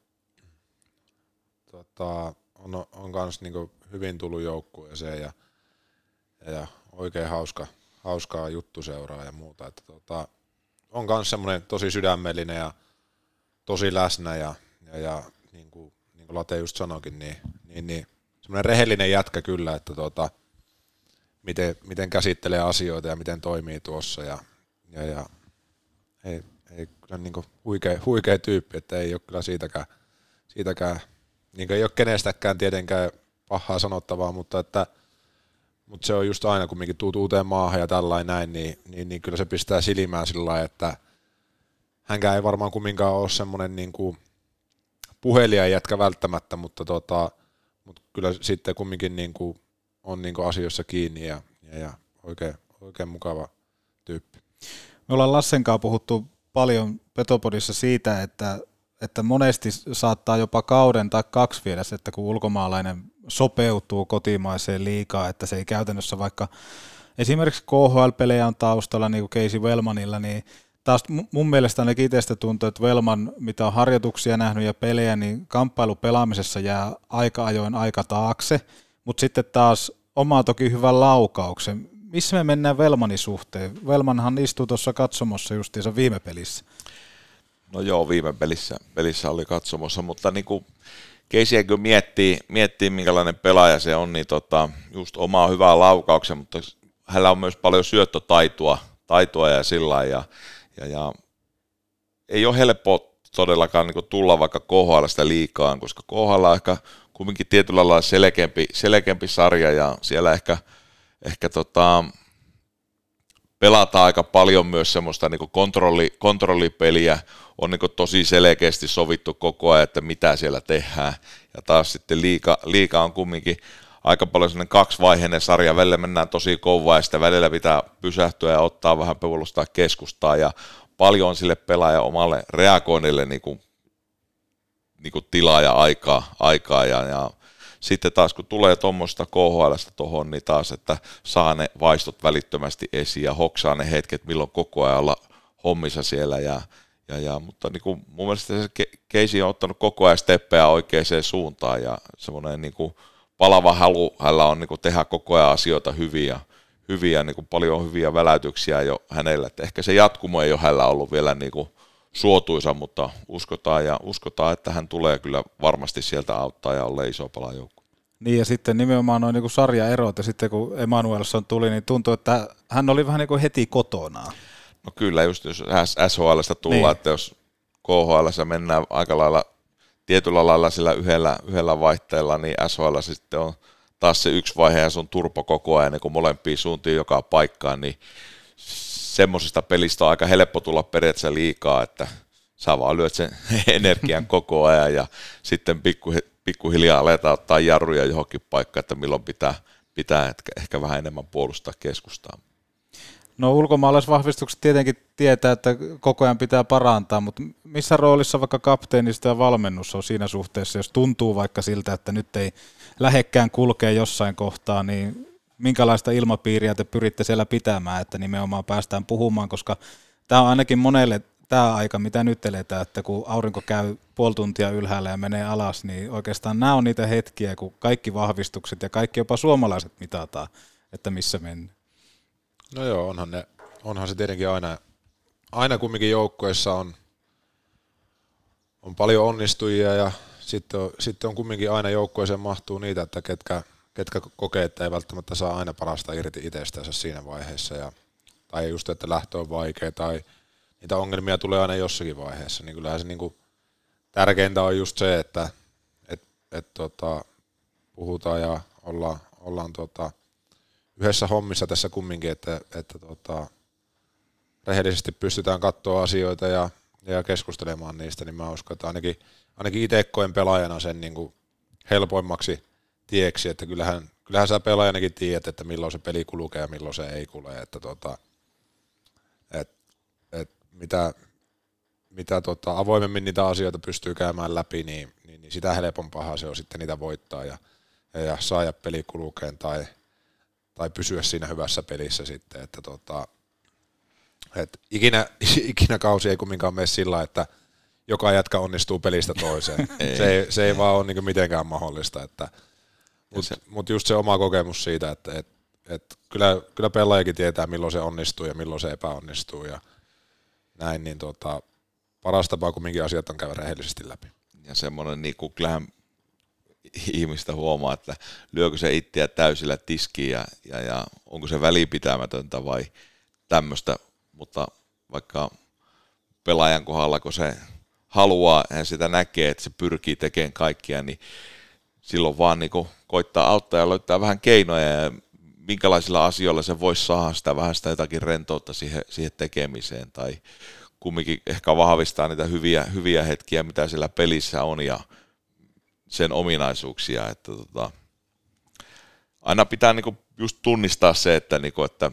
tota, on, on kans niinku hyvin tullut joukkueeseen ja, ja oikein hauska, hauskaa juttuseuraa ja muuta. Että tota, on myös semmoinen tosi sydämellinen ja tosi läsnä ja, ja, ja niin kuin niin kuin Late just sanoikin, niin, niin, niin semmoinen rehellinen jätkä kyllä, että tota, miten, miten käsittelee asioita ja miten toimii tuossa ja, ja, ja ei, ei kyllä niin kuin huikea, huikea tyyppi, että ei ole kyllä siitäkään, siitäkään niin kuin ei ole kenestäkään tietenkään pahaa sanottavaa, mutta että mutta se on just aina, kun minkin tuut uuteen maahan ja tällainen näin, niin, niin, niin kyllä se pistää silmään sillä lailla, että hänkään ei varmaan kumminkaan ole semmoinen niin kuin puhelijan jätkä välttämättä, mutta, tota, mutta kyllä sitten kumminkin niin kuin on niin kuin asioissa kiinni ja, ja, ja oikein, oikein mukava tyyppi. Me ollaan Lassen kanssa puhuttu paljon Petopodissa siitä, että, että monesti saattaa jopa kauden tai kaksi viedä, että kun ulkomaalainen sopeutuu kotimaiseen liigaan, että se ei käytännössä vaikka esimerkiksi K H L-pelejä on taustalla, niin kuin Casey Wellmanilla, niin taas mun mielestä ainakin itsestä tuntuu, että Wellman, mitä on harjoituksia nähnyt ja pelejä, niin kamppailu pelaamisessa jää aika ajoin aika taakse, mutta sitten taas omaa toki hyvän laukauksen. Missä me mennään Wellmanin suhteen? Wellmanhan istuu tuossa katsomossa justiinsa viime pelissä. No joo, viime pelissä, pelissä oli katsomossa, mutta niin kuin Casey kun miettii, miettii, minkälainen pelaaja se on, niin tota, just omaa hyvää laukauksen, mutta hänellä on myös paljon syöttötaitoa taitoa ja sillä ja, ja, ja ei ole helppo todellakaan niin kuin tulla vaikka K H L:stä liikaan, koska K H L on ehkä kumminkin tietyllä lailla selkeämpi, selkeämpi sarja ja siellä ehkä, ehkä tota, pelataan aika paljon myös semmoista niin kuin kontrolli, kontrollipeliä, on niin kuin tosi selkeästi sovittu koko ajan, että mitä siellä tehdään, ja taas sitten liiga, liiga on kumminkin aika paljon sellainen kaksivaiheinen sarja, välillä mennään tosi kovaa, ja sitten välillä pitää pysähtyä ja ottaa vähän puolustaa keskustaa, ja paljon on sille pelaajan omalle reagoinnille niin kuin, niin kuin tilaa ja aikaa, aikaa ja, ja sitten taas kun tulee tuommoista K H L:stä tuohon, niin taas, että saa ne vaistot välittömästi esiin ja hoksaa ne hetket, milloin koko ajan olla hommissa siellä. Ja, ja, ja, mutta niin kuin mun mielestä se Casey on ottanut koko ajan steppejä oikeaan suuntaan ja semmoinen niin kuin palava halu hänellä on niin kuin tehdä koko ajan asioita hyviä, hyviä niin kuin paljon hyviä väläytyksiä jo hänellä. Että ehkä se jatkumo ei ole hänellä ollut vielä niin kuin suotuisa, mutta uskotaan ja uskotaan, että hän tulee kyllä varmasti sieltä auttaa ja ole iso pala joukko. Niin ja sitten nimenomaan noin niin sarjaerot ja sitten kun Emanuelsson tuli, niin tuntui, että hän oli vähän niin kuin heti kotona. No kyllä, just jos S H L:stä tullaan, niin. Että jos K H L:ssä mennään aika lailla tietyllä lailla sillä yhdellä, yhdellä vaihteella, niin S H L sitten on taas se yksi vaihe ja sun turpo koko ajan niin kuin molempiin suuntiin joka paikkaan, niin semmoisesta pelistä on aika helppo tulla periaatteessa liikaa, että sä vaan lyöt sen energian koko ajan ja sitten pikku, pikkuhiljaa aletaan ottaa jarruja johonkin paikkaan, että milloin pitää, pitää ehkä vähän enemmän puolustaa keskustaa. No ulkomaalaisvahvistukset tietenkin tietää, että koko ajan pitää parantaa, mutta missä roolissa vaikka kapteenista ja valmennus on siinä suhteessa, jos tuntuu vaikka siltä, että nyt ei lähekkään kulkea jossain kohtaa, niin minkälaista ilmapiiriä te pyritte siellä pitämään, että nimenomaan päästään puhumaan, koska tämä on ainakin monelle tämä aika, mitä nyt eletään, että kun aurinko käy puoli tuntia ylhäällä ja menee alas, niin oikeastaan nämä on niitä hetkiä, kun kaikki vahvistukset ja kaikki jopa suomalaiset mitataan, että missä mennään. No joo, onhan, ne, onhan se tietenkin aina, aina kumminkin joukkueessa on, on paljon onnistujia ja sitten on, sitten on kumminkin aina joukkueeseen mahtuu niitä, että ketkä, ketkä kokee, että ei välttämättä saa aina parasta irti itsestänsä siinä vaiheessa. Ja, tai just, että lähtö on vaikea tai niitä ongelmia tulee aina jossakin vaiheessa. Niin kyllähän se niinku tärkeintä on just se, että et, et, tota, puhutaan ja ollaan, ollaan tota, yhdessä hommissa tässä kumminkin, että, että tota, rehellisesti pystytään katsoa asioita ja, ja keskustelemaan niistä, niin mä uskon, että ainakin, ainakin itse koen pelaajana sen niin kuin helpoimmaksi tieksi, että kyllähän, kyllähän sä pelaajanakin tiedät, että milloin se peli kulkee ja milloin se ei kulje, että tota, et, et mitä, mitä tota, avoimemmin niitä asioita pystyy käymään läpi, niin, niin, niin sitä helpompaa se on sitten niitä voittaa ja, ja, ja saada peli kulkeen tai tai pysyä siinä hyvässä pelissä sitten, että tota, et ikinä, ikinä kausi ei kumminkaan mene sillä, että joka jätkä onnistuu pelistä toiseen. ei. Se, ei, se ei vaan ole niin mitenkään mahdollista, että, mutta mut just se oma kokemus siitä, että et, et kyllä, kyllä pelaajakin tietää, milloin se onnistuu ja milloin se epäonnistuu ja näin, niin tota, paras tapa kumminkin asiat on käydä rehellisesti läpi. Ja semmoinen, niin kuin kyllähän ihmistä huomaa, että lyökö se itseä täysillä tiskiin ja, ja, ja onko se välipitämätöntä vai tämmöistä, mutta vaikka pelaajan kohdalla, kun se haluaa ja sitä näkee, että se pyrkii tekemään kaikkia, niin silloin vaan niin kuin koittaa auttaa ja löytää vähän keinoja ja minkälaisilla asioilla se voisi saada sitä vähän sitä jotakin rentoutta siihen, siihen tekemiseen tai kumminkin ehkä vahvistaa niitä hyviä, hyviä hetkiä, mitä siellä pelissä on ja sen ominaisuuksia, että tota, aina pitää niinku just tunnistaa se, että, niinku, että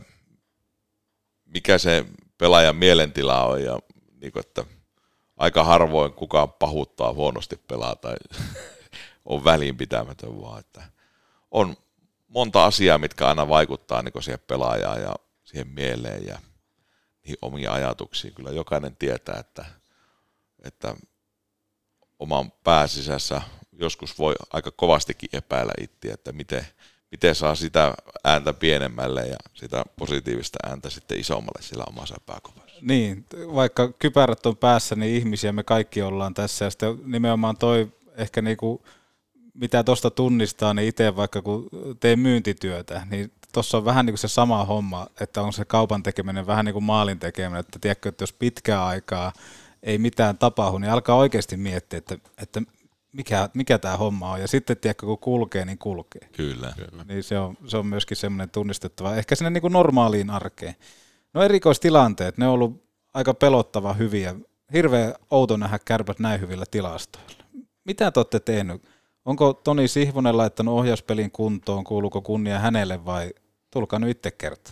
mikä se pelaajan mielentila on ja niinku, että aika harvoin kukaan pahuuttaa huonosti pelaa tai on väliinpitämätön vaan, että on monta asiaa, mitkä aina vaikuttaa niinku siihen pelaajaan ja siihen mieleen ja niihin omiin ajatuksiin. Kyllä jokainen tietää, että, että oman pääsisässä joskus voi aika kovastikin epäillä itseä, että miten, miten saa sitä ääntä pienemmälle ja sitä positiivista ääntä sitten isommalle sillä omassa pääkovassa. Niin, vaikka kypärät on päässä, niin ihmisiä me kaikki ollaan tässä ja sitten nimenomaan toi ehkä niinku, mitä tuosta tunnistaa, niin itse vaikka kun teen myyntityötä, niin tuossa on vähän niin kuin se sama homma, että on se kaupan tekeminen vähän niin kuin maalin tekeminen, että tiedätkö, että jos pitkää aikaa ei mitään tapahdu, niin alkaa oikeasti miettiä, että, että mikä, mikä tämä homma on. Ja sitten, tiedätkö, kun kulkee, niin kulkee. Kyllä. Kyllä. Niin se on, se on myöskin semmoinen tunnistettava, ehkä sinne niin kuin normaaliin arkeen. No erikoistilanteet, ne on ollut aika pelottava hyviä. Hirveän outo nähdä Kärpät näin hyvillä tilastoilla. Mitä te olette tehnyt? Onko Toni Sihvonen laittanut ohjauspelin kuntoon, kuuluuko kunnia hänelle vai tulkaa nyt itse kertaa?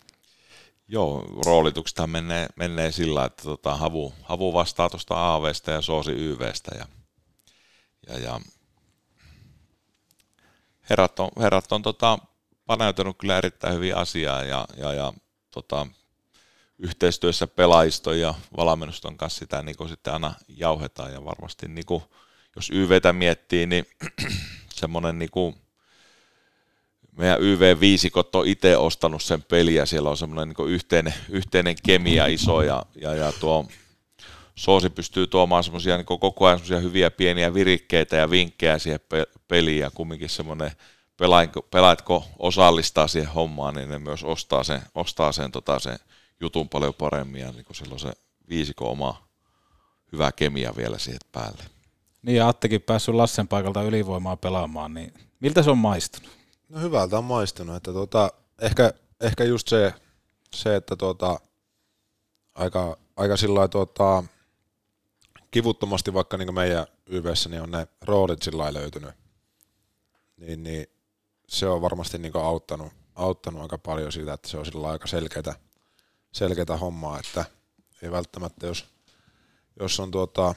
Joo, roolituksethan menee, menee sillä, että tota, havu, havu vastaa tuosta A V:stä ja Soosi Y V:stä ja, ja, ja herrat on, herrat on tota, paneutunut kyllä erittäin hyvin asiaan ja, ja, ja tota, yhteistyössä pelaajiston ja valmennuston kanssa sitä niin sitten aina jauhetaan ja varmasti niin kuin, jos Y V:tä miettii, niin semmoinen niin kuin meidän Y V-viisikot on itse ostanut sen peliä, ja siellä on semmoinen niin yhteinen, yhteinen kemia iso, ja, ja, ja tuo Soosi pystyy tuomaan semmoisia niin koko ajan semmoisia hyviä pieniä virikkeitä ja vinkkejä siihen peliin, ja kumminkin semmoinen pelaajat, kun osallistaa siihen hommaan, niin ne myös ostaa sen, ostaa sen, tota, sen jutun paljon paremmin, ja niin silloin se viisikon oma hyvä kemia vielä siihen päälle. Niin, ja Attekin päässyt Lassen paikalta ylivoimaa pelaamaan, niin miltä se on maistunut? No hyvältä on maistunut, että tuota, ehkä, ehkä just se, se että tuota, aika, aika sillä tuota, kivuttomasti vaikka niin meidän Y V:ssä niin on ne roolit sillä löytynyt, niin, niin se on varmasti niin auttanut, auttanut aika paljon siitä, että se on sillä aika selkeätä, selkeätä hommaa, että ei välttämättä, jos, jos on tuota,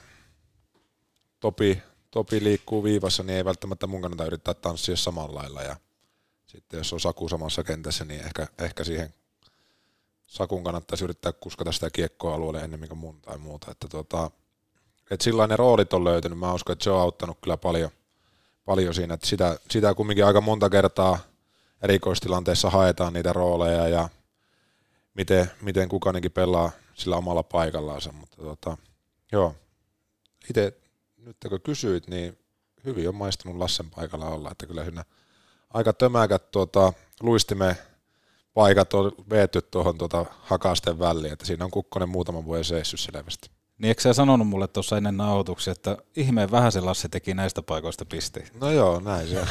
topi, topi liikkuu viivassa, niin ei välttämättä mun kannata yrittää tanssia samalla lailla ja sitten jos on Saku samassa kentässä, niin ehkä, ehkä siihen Sakun kannattaisi yrittää kuskata sitä kiekkoa alueelle ennemmin kuin mun tai muuta. Että tota, et sillä ne roolit on löytynyt. Mä uskon, että se on auttanut kyllä paljon, paljon siinä, että sitä, sitä kumminkin aika monta kertaa erikoistilanteessa haetaan niitä rooleja ja miten, miten kukainenkin pelaa sillä omalla paikallaansa. Mutta tota, joo, itse nyt kun kysyit, niin hyvin on maistunut Lassen paikalla olla, että kyllä siinä aika tömäkät tuota, luistimen paikat on veetty tuohon tuota, hakasten väliin, että siinä on Kukkonen muutaman vuoden seissyt selvästi. Niin eikö sä sanonut mulle tuossa ennen nauhoituksia, että ihmeen vähän se Lasse teki näistä paikoista pisteen? No joo, näin se on.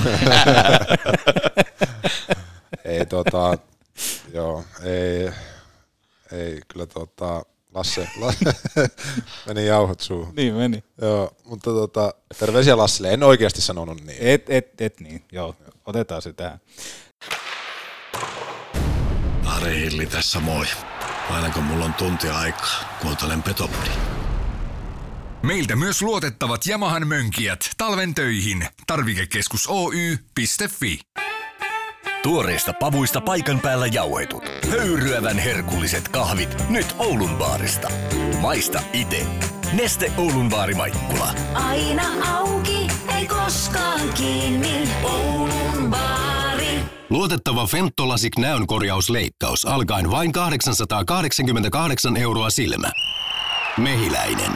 ei tota, joo, ei, ei kyllä tota, Lasse, Lasse meni jauhot suuhun. Niin meni. Joo, mutta tota, terveisiä Lassille, en oikeasti sanonut niin. Et, et, et niin, joo, otetaan se tähän. Ari Hilli tässä moi. Aina kun mulla on tunti aikaa, kuuntelen Petopodin. Meiltä myös luotettavat Yamahan mönkijät talven töihin. Tarvikekeskus Oy piste fi. Tuoreista pavuista paikan päällä jauhetut. Höyryävän herkulliset kahvit nyt Oulun baarista. Maista ite. Neste Oulun baari Maikkula. Aina auki, ei koskaan kiinni. Oulun baari. Luotettava Femtolasic näönkorjausleikkaus alkaen vain kahdeksansataakahdeksankymmentäkahdeksan euroa silmä. Mehiläinen.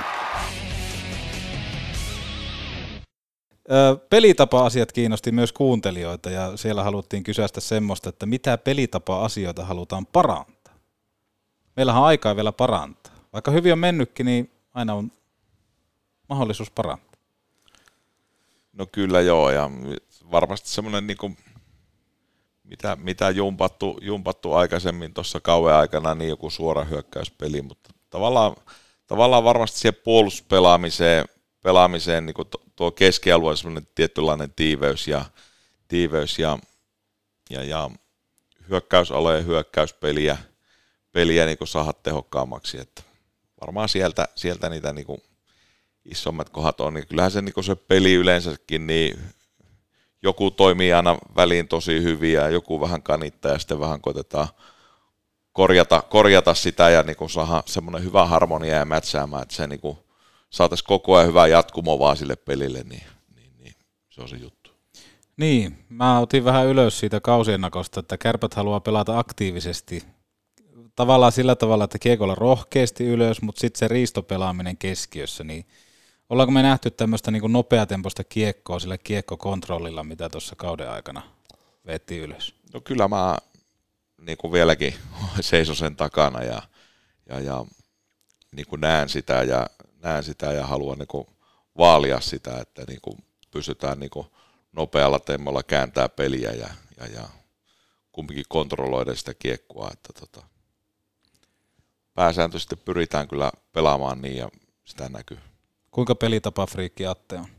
Ö, pelitapa-asiat kiinnosti myös kuuntelijoita ja siellä haluttiin kysäistä semmoista, että mitä pelitapa-asioita halutaan parantaa. Meillähän on aikaa vielä parantaa. Vaikka hyvin on mennytkin, niin aina on mahdollisuus parantaa. No kyllä joo, ja varmasti semmoinen niinku mitä, mitä jumpattu, jumpattu aikaisemmin tuossa kauan aikana, niin joku suora hyökkäyspeli, mutta tavallaan, tavallaan varmasti siihen puolustuspelaamiseen pelaamiseen, niin kuin tuo keskialue semmoinen tietynlainen tiiveys ja, tiiveys ja, ja, ja hyökkäysalojen hyökkäyspeliä peliä niin kuin saada tehokkaammaksi, että varmaan sieltä, sieltä niitä niin kuin isommat kohdat on, niin kyllähän se, niin kuin se peli yleensäkin, niin joku toimii aina väliin tosi hyvin ja joku vähän kanittaa ja sitten vähän koitetaan korjata, korjata sitä ja niin kuin saada semmoinen hyvä harmonia ja mätsäämään, että se niin kuin saataisiin koko ajan hyvää jatkumoa vaan sille pelille, niin, niin, niin se on se juttu. Niin, mä otin vähän ylös siitä kausiennakosta, että Kärpät haluaa pelata aktiivisesti. Tavallaan sillä tavalla, että kiekolla rohkeasti ylös, mutta sitten se riistopelaaminen keskiössä, niin ollaanko me nähty tämmöistä niin kuin nopeatempoista kiekkoa sillä kiekkokontrollilla, mitä tuossa kauden aikana vettiin ylös? No kyllä mä niin kuin vieläkin seison sen takana ja, ja, ja niin kuin näen sitä ja näen sitä ja haluan niin kuin vaalia sitä, että niin kuin pystytään niin kuin nopealla temmolla kääntää peliä ja, ja, ja kumpikin kontrolloida sitä kiekkoa, että tota, pääsääntöisesti pyritään kyllä pelaamaan niin ja sitä näkyy. Kuinka pelitapafriikki Atte on?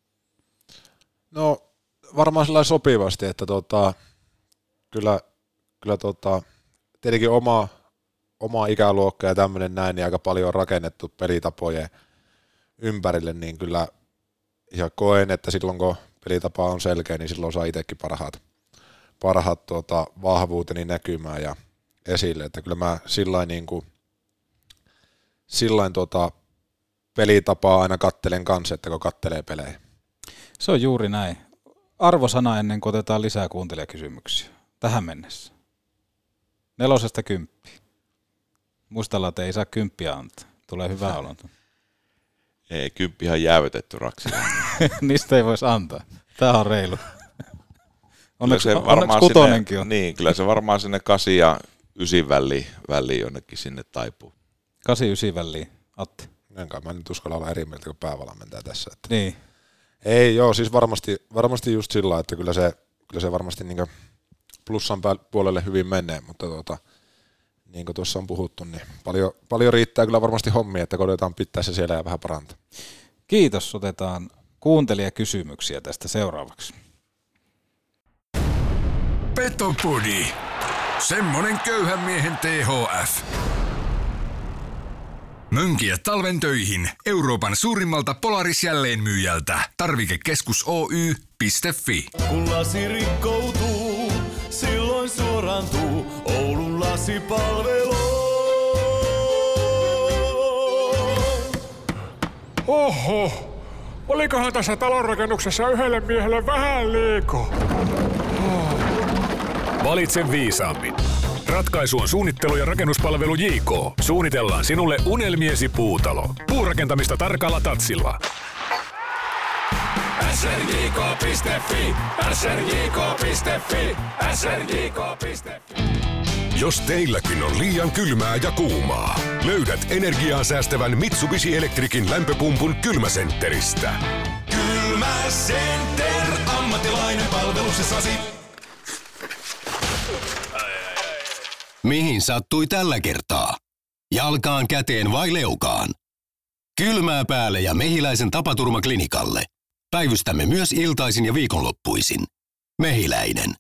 No varmaan sellainen sopivasti, että tota, kyllä, kyllä tota, tietenkin oma, oma ikäluokka ja tämmöinen näin, niin aika paljon on rakennettu pelitapojen ympärille, niin kyllä ja koen, että silloin kun pelitapa on selkeä, niin silloin saa itsekin parhaat, parhaat tuota, vahvuuteni näkymään ja esille, että kyllä mä sillain, niin kuin, sillain tuota, pelitapaa aina kattelen kanssa, että kun kattelee pelejä. Se on juuri näin. Arvosana ennen kuin otetaan lisää kuuntelijakysymyksiä. Tähän mennessä. Nelosesta kymppiä. Muistella, että ei saa kymppiä antaa. Tulee hyvä olonta. Ei, kymppihän on jäävytetty raksilla. Niistä ei voisi antaa. Tämä on reilu. Onneksi, se onneksi kutonenkin on. Niin, kyllä se varmaan sinne kasi ja ysin väliin, väliin jonnekin sinne taipuu. Kasi ysi väliin, Atti. Enkä mä nyt uskalla olla eri mieltä kuin päävalmentaja tässä. Että niin. Ei joo, siis varmasti, varmasti just sillä, että kyllä se, kyllä se varmasti niin plussan puolelle hyvin menee, mutta tuota, niin kuin tuossa on puhuttu, niin paljon, paljon riittää kyllä varmasti hommia, että koitetaan pitää se siellä ja vähän parantaa. Kiitos, otetaan kuuntelijakysymyksiä tästä seuraavaksi. Petopodi. Semmonen köyhän miehen T H F. Mönkiä talven töihin Euroopan suurimmalta Polaris-jälleenmyyjältä. Tarvikekeskus Oy piste fi. Kun lasi rikkoutuu, silloin suorantuu Oulun lasipalvelu. Oho, olikohan tässä talonrakennuksessa yhdelle miehelle vähän liikaa? Oh. Valitse viisaammin. Ratkaisu on suunnittelu- ja rakennuspalvelu J K. Suunnitellaan sinulle unelmiesi puutalo. Puurakentamista tarkalla tatsilla. S R J K piste fi, S R J K piste fi, S R J K piste fi. Jos teilläkin on liian kylmää ja kuumaa, löydät energiaa säästävän Mitsubishi Electricin lämpöpumpun kylmäsentteristä. Kylmäcenter, ammattilainen palveluksessasi. Mihin sattui tällä kertaa? Jalkaan, käteen vai leukaan? Kylmää päälle ja Mehiläisen tapaturmaklinikalle. Päivystämme myös iltaisin ja viikonloppuisin. Mehiläinen.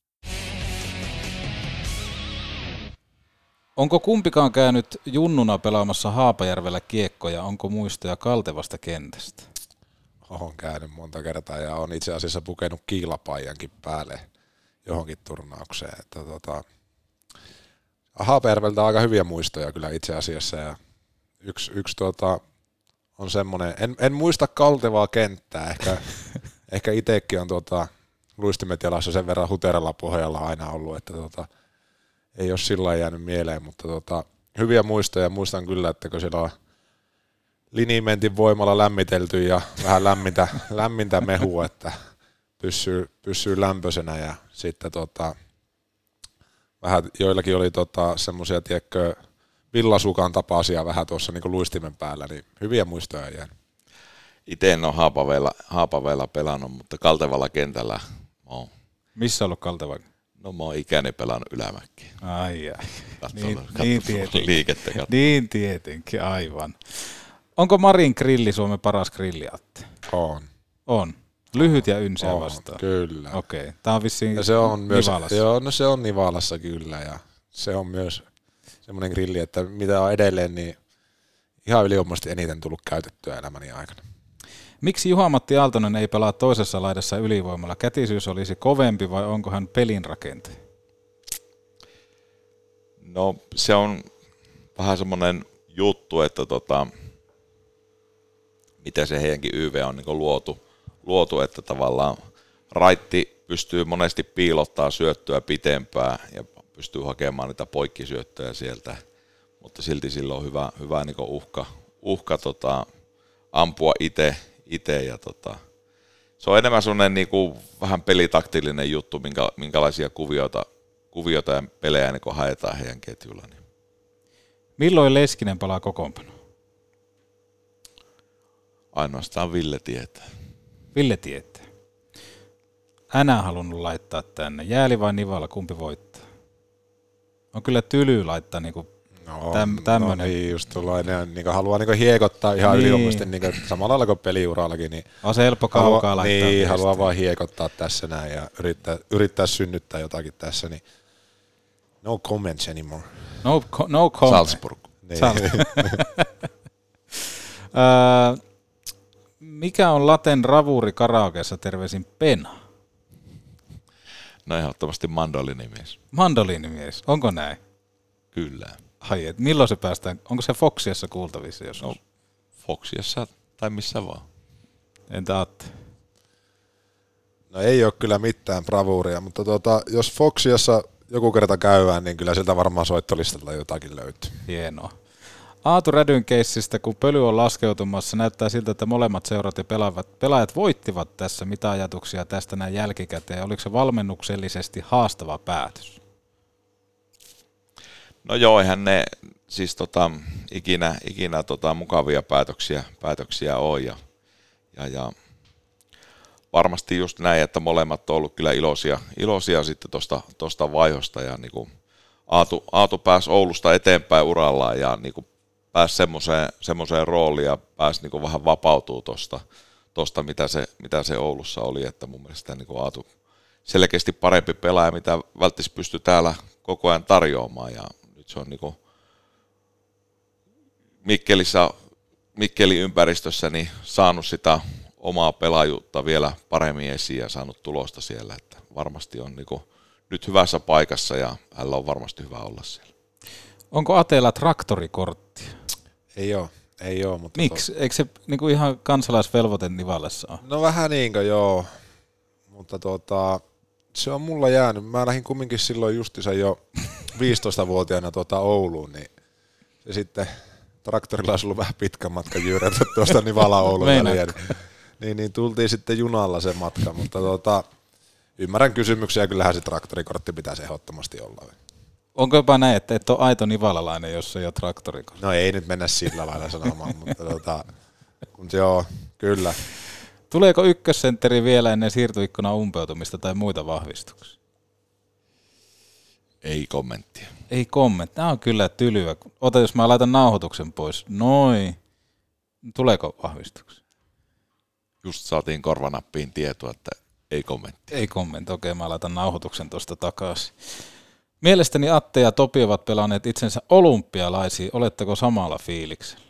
Onko kumpikaan käynyt junnuna pelaamassa Haapajärvellä kiekkoja? Onko muistoja kaltevasta kentästä? Olen käynyt monta kertaa ja olen itse asiassa pukenut kiilapaijankin päälle johonkin turnaukseen. Että tota, Haapajärveltä on aika hyviä muistoja kyllä itse asiassa. Ja yksi yksi tota, on semmoinen, en, en muista kaltevaa kenttää, ehkä, ehkä itsekin on tota, luistimet jalassa sen verran huteralla pohjalla aina ollut, että tota, ei ole sillä lailla jäänyt mieleen, mutta tota, hyviä muistoja. Muistan kyllä, että kun siellä on linimentin voimalla lämmitelty ja vähän lämmintä, lämmintä mehua, että pysyy, pysyy lämpöisenä ja sitten tota, vähän joillakin oli tota, semmoisia, tiedätkö, villasukan tapaisia vähän tuossa niin kuin luistimen päällä, niin hyviä muistoja jäänyt. Itse en ole Haapaveella, Haapaveella pelannut, mutta Kaltevalla kentällä oon. Missä on ollut Kalteva? No mä oon ikäni pelannut Ylämäkkiin. Ai ai. Katsotaan, Niin, katsotaan niin, tietenkin. liikettä. Katsotaan. Niin tietenkin, aivan. Onko Marin grilli Suomen paras grilli, Atte? On. On. Lyhyt ja ynseä on, vastaan. Kyllä. Okei. Okay. Tämä on vissiin ja se on myös, Nivalassa. Joo, no se on Nivalassa kyllä ja se on myös semmoinen grilli, että mitä on edelleen, niin ihan ylivoimaisesti eniten tullut käytettyä elämäni aikana. Miksi Juha-Matti Aaltonen ei pelaa toisessa laidassa ylivoimalla? Kätisyys olisi kovempi vai onko hän pelin rakentaja? No se on vähän semmoinen juttu, että tota, miten se heidänkin Y V on niin luotu, luotu, että tavallaan raitti pystyy monesti piilottaa syöttöä pitempään ja pystyy hakemaan niitä poikkisyöttöjä sieltä, mutta silti sillä on hyvä, hyvä niin uhka, uhka tota, ampua itse. Ite ja tota, se on enemmän sellainen niin kuin vähän pelitaktillinen juttu, minkä, minkälaisia kuvioita, kuvioita ja pelejä niin kuin haetaan heidän ketjulla. Niin. Milloin Leskinen palaa kokoonpanoon? Ainoastaan Ville tietää. Ville tietää. Änä halunnut laittaa tänne. Jääli vai Nivala, kumpi voittaa? On kyllä tyly laittaa niinku no, täm, tämmönen. No niin, just tuollainen, niin haluaa niin hiekottaa ihan niin. Ylivoimaisesti niin samalla lailla kuin peliurallakin. Niin on se helppo kaukaa haluaa, laittaa. Niin, viestiä. haluaa vaan hiekottaa tässä näin ja yrittää, yrittää synnyttää jotakin tässä. Niin no comments anymore. No, no comment. Salzburg. Niin. Salzburg. Mikä on Laten ravuuri karaokeessa? Terveisin Pena. No ehdottomasti mandolinimies. Mandolinimies, onko näin? Kyllä. Ai, et milloin se päästään? Onko se Foxiassa kuultavissa joskus? No, Foxiassa tai missä vaan. Entä Atte? No ei ole kyllä mitään bravuuria, mutta tuota, jos Foxiassa joku kerta käydään, niin kyllä sieltä varmaan soittolistalta jotakin löytyy. Hienoa. Aatu Rädyn keissistä, kun pöly on laskeutumassa, näyttää siltä, että molemmat seurat ja pelaajat, pelaajat voittivat tässä. Mitä ajatuksia tästä näin jälkikäteen? Oliko se valmennuksellisesti haastava päätös? No joo, eihän ne siis tota, ikinä, ikinä tota, mukavia päätöksiä, päätöksiä ole. Ja, ja, ja varmasti just näin, että molemmat on ollut kyllä iloisia, iloisia sitten tuosta tosta vaihosta. Ja niin kuin Aatu, Aatu pääsi Oulusta eteenpäin urallaan ja niin kuin pääsi semmoiseen, semmoiseen rooliin ja pääsi niin kuin vähän vapautuu tuosta, tosta, mitä, se, mitä se Oulussa oli. Että mun mielestä niin kuin Aatu selkeästi parempi pelaaja, mitä välttämättä pystyi täällä koko ajan tarjoamaan. Ja nyt se on niin kuin Mikkelissä, Mikkelin ympäristössä niin saanut sitä omaa pelaajuutta vielä paremmin esiin ja saanut tulosta siellä. Että varmasti on niin kuin nyt hyvässä paikassa ja hänellä on varmasti hyvä olla siellä. Onko Ateella traktorikorttia? Ei ole, ei ole. Mutta miksi? To... Eikö se niin kuin ihan kansalaisvelvoite Nivalassa ole? No vähän niin kuin joo, mutta tuota, se on mulla jäänyt. Mä lähdin kumminkin silloin justiinsa jo viisitoistavuotiaana tuota Ouluun, niin se sitten traktorilla olisi ollut vähän pitkä matka jyrätä tuosta Nivala-Oulun väliä. Niin, niin tultiin sitten junalla se matka, mutta tuota, ymmärrän kysymyksiä, kyllähän se traktorikortti pitäisi ehdottomasti olla. Onko jopa näin, että et ole aito nivalalainen, jos ei ole traktorikortti? No ei nyt mennä sillä lailla sanomaan, mutta, tuota, mutta joo, kyllä. Tuleeko ykkössentteri vielä ennen siirtoikkunan umpeutumista tai muita vahvistuksia? Ei kommenttia. Ei kommenttia. Tämä on kyllä tylyä. Ota, jos mä laitan nauhoituksen pois. Noin. Tuleeko vahvistuksia? Just saatiin korvanappiin tietoa, että ei kommenttia. Ei kommenttia. Okei, mä laitan nauhoituksen tuosta takaisin. Mielestäni Atte ja Topi ovat pelanneet itsensä olympialaisiin. Oletteko samalla fiiliksellä?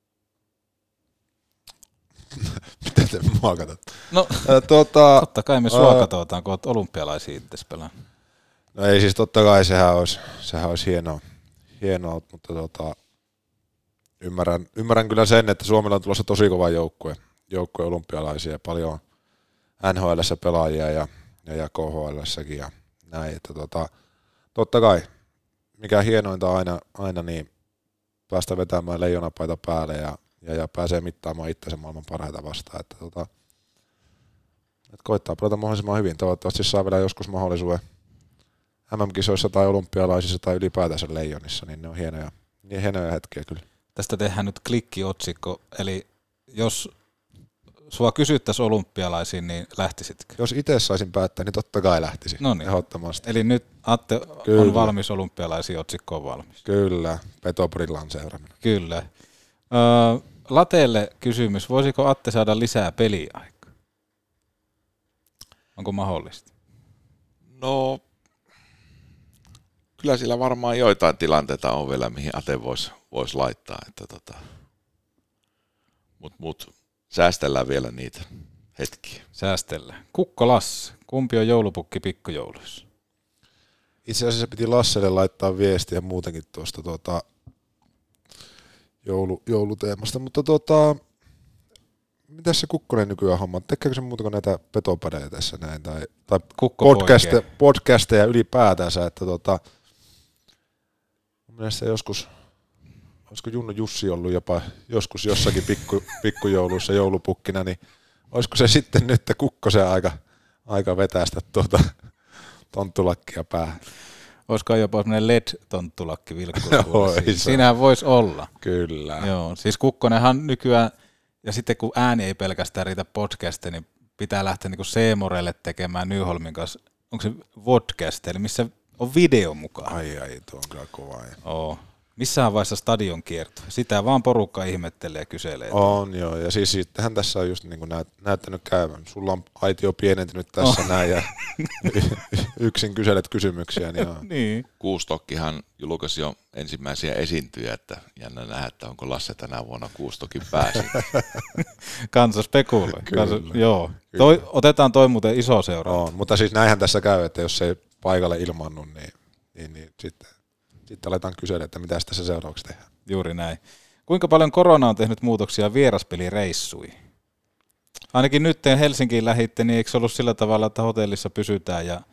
Mitä te mua katsotte? No, äh, tuota, totta kai me sua katsotaan, kun olet olympialaisia itse pelannut. No ei siis totta kai, sehän olisi, sehän olisi hienoa, hienoa mutta tuota, ymmärrän, ymmärrän kyllä sen, että Suomella on tulossa tosi kova joukkue, joukkue olympialaisia ja paljon N H L:ssä pelaajia ja, ja, ja K H L:ssäkin ja näin, että tota, totta kai, mikä hienointa aina, aina niin päästä vetämään leijonapaita päälle ja, ja, ja pääsee mittaamaan itsensä maailman parhaita vastaan, että tota, että koittaa pelata mahdollisimman hyvin, toivottavasti saa vielä joskus mahdollisuuden M M-kisoissa tai olympialaisissa tai ylipäätänsä leijonissa, niin ne on hienoja, niin hienoja hetkiä kyllä. Tästä tehdään nyt klikkiotsikko, eli jos sua kysyttäisiin olympialaisiin, niin lähtisitkö? Jos itse saisin päättää, niin totta kai lähtisin. No niin. Ehdottomasti. Eli nyt Atte Kyllä. on valmis olympialaisiin, otsikko on valmis. Kyllä, Petopodin lanseeraminen. Kyllä. Öö, Lateelle kysymys, voisiko Atte saada lisää peliaikaa? Onko mahdollista? No, kyllä sillä varmaan joitain tilanteita on vielä, mihin Ate voisi vois laittaa. Että tota. Mut, mut säästellään vielä niitä hetkiä. Säästellään. Kukko Lasse, kumpi on joulupukki pikkujouluissa? Itse asiassa piti Lasselle laittaa viestiä muutenkin tuosta tuota, joulu, jouluteemasta, mutta tuota, mitäs se Kukkonen nykyään homma? Tekeekö se muuta kuin näitä petopädejä tässä näin? Tai, tai podcasteja, podcasteja ylipäätänsä, että tuota, mun mielestä joskus, olisiko Junnu Jussi ollut jopa joskus jossakin pikku, pikkujouluissa joulupukkina, niin olisiko se sitten nyt Kukkosen aika, aika vetästä tuota tonttulakkia päähän? Olisiko jopa sellainen L E D-tonttulakki vilkkuilla? Siis siinähän voisi olla. Kyllä. Joo, siis Kukkonenhan nykyään, ja sitten kun ääni ei pelkästään riitä podcastiin, niin pitää lähteä niin kuin Seemorelle tekemään Nyholmin kanssa, onko se vodcast, eli missä on video mukaan. Ai ai, tuo on kyllä kova. Oo. Missään vaiheessa stadion kierto. Sitä vaan porukka ihmettelee ja kyselee. On joo, ja siis siitähän tässä on just niin kuin näyt, näyttänyt käyvän. Sulla on aitio pienentynyt tässä oh. näin ja yksin kyselet kysymyksiä. Niin, niin. Kuustokkihan julkaisi jo ensimmäisiä esiintyjä, että jännä nähdä, että onko Lasse tänä vuonna Kuustokin pääsi. Kansa spekuloi. Kansa, joo. Toi, otetaan toi muuten iso seuraava. On, mutta siis näinhän tässä käy, että jos ei paikalle ilmannut, niin, niin, niin sitten... Sitten aletaan kysyä, että mitä tässä seuraavaksi tehdään. Juuri näin. Kuinka paljon korona on tehnyt muutoksia vieraspelireissuihin? Ainakin nyt Helsinkiin lähitte, niin eikö se ollut sillä tavalla, että hotellissa pysytään ja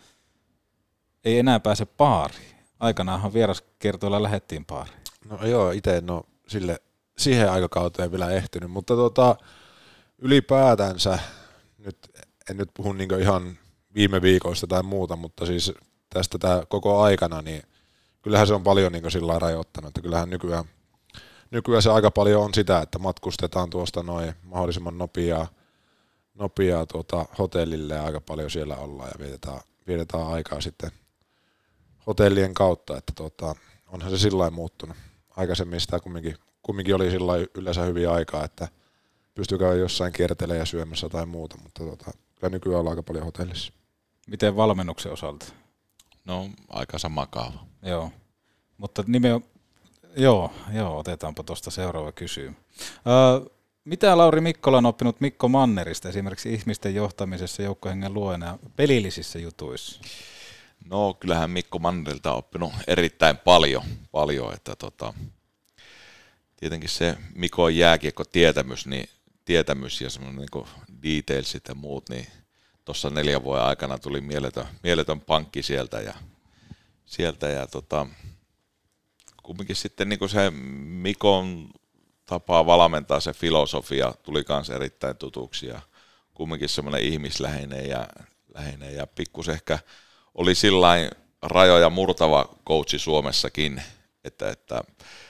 ei enää pääse baariin? Aikanaanhan vieraskertoilla lähdettiin baariin. No joo, itse en ole sille, siihen aikakauteen vielä ehtinyt, mutta tota, ylipäätänsä, nyt, en nyt puhu niin ihan viime viikoista tai muuta, mutta siis tästä tää koko aikana, niin kyllähän se on paljon niin sillä rajoittanut, että kyllähän nykyään, nykyään se aika paljon on sitä, että matkustetaan tuosta noin mahdollisimman nopeaa, nopeaa tuota hotellille ja aika paljon siellä ollaan ja vietetään, vietetään aikaa sitten hotellien kautta, että tuota, onhan se sillä lailla muuttunut. Aikaisemmin sitä kumminkin, kumminkin oli sillä lailla yleensä hyviä aikaa, että pystyy käydä jossain kiertelemään ja syömässä tai muuta, mutta tuota, kyllä nykyään ollaan aika paljon hotellissa. Miten valmennuksen osalta? No, aika sama kaava. Joo, mutta nimenomaan, joo, joo, otetaanpa tuosta seuraava kysymys. Öö, mitä Lauri Mikkola on oppinut Mikko Mannerista esimerkiksi ihmisten johtamisessa, joukkohengen luojana ja pelillisissä jutuissa? No, kyllähän Mikko Mannerilta on oppinut erittäin paljon, paljon että tota, tietenkin se Mikon jääkiekko tietämys, niin, tietämys ja semmoinen niin detailsit ja muut, niin tuossa neljän vuoden aikana tuli mieletön, mieletön pankki sieltä ja, sieltä ja tota, kumminkin sitten niin se Mikon tapaa valmentaa, se filosofia tuli kanssa erittäin tutuksi ja kumminkin semmoinen ihmisläheinen ja, läheinen ja pikkus ehkä oli sillain rajoja murtava coachi Suomessakin, että, että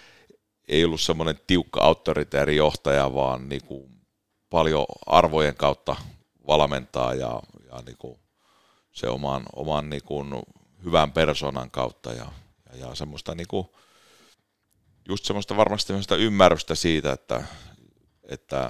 ei ollut semmoinen tiukka autoriteeri johtaja, vaan niin kuin paljon arvojen kautta valmentaa ja, ja niin kuin se oman, oman niin kuin hyvän persoonan kautta ja, ja, ja semmoista niin kuin, just semmoista varmasti semmoista ymmärrystä siitä, että, että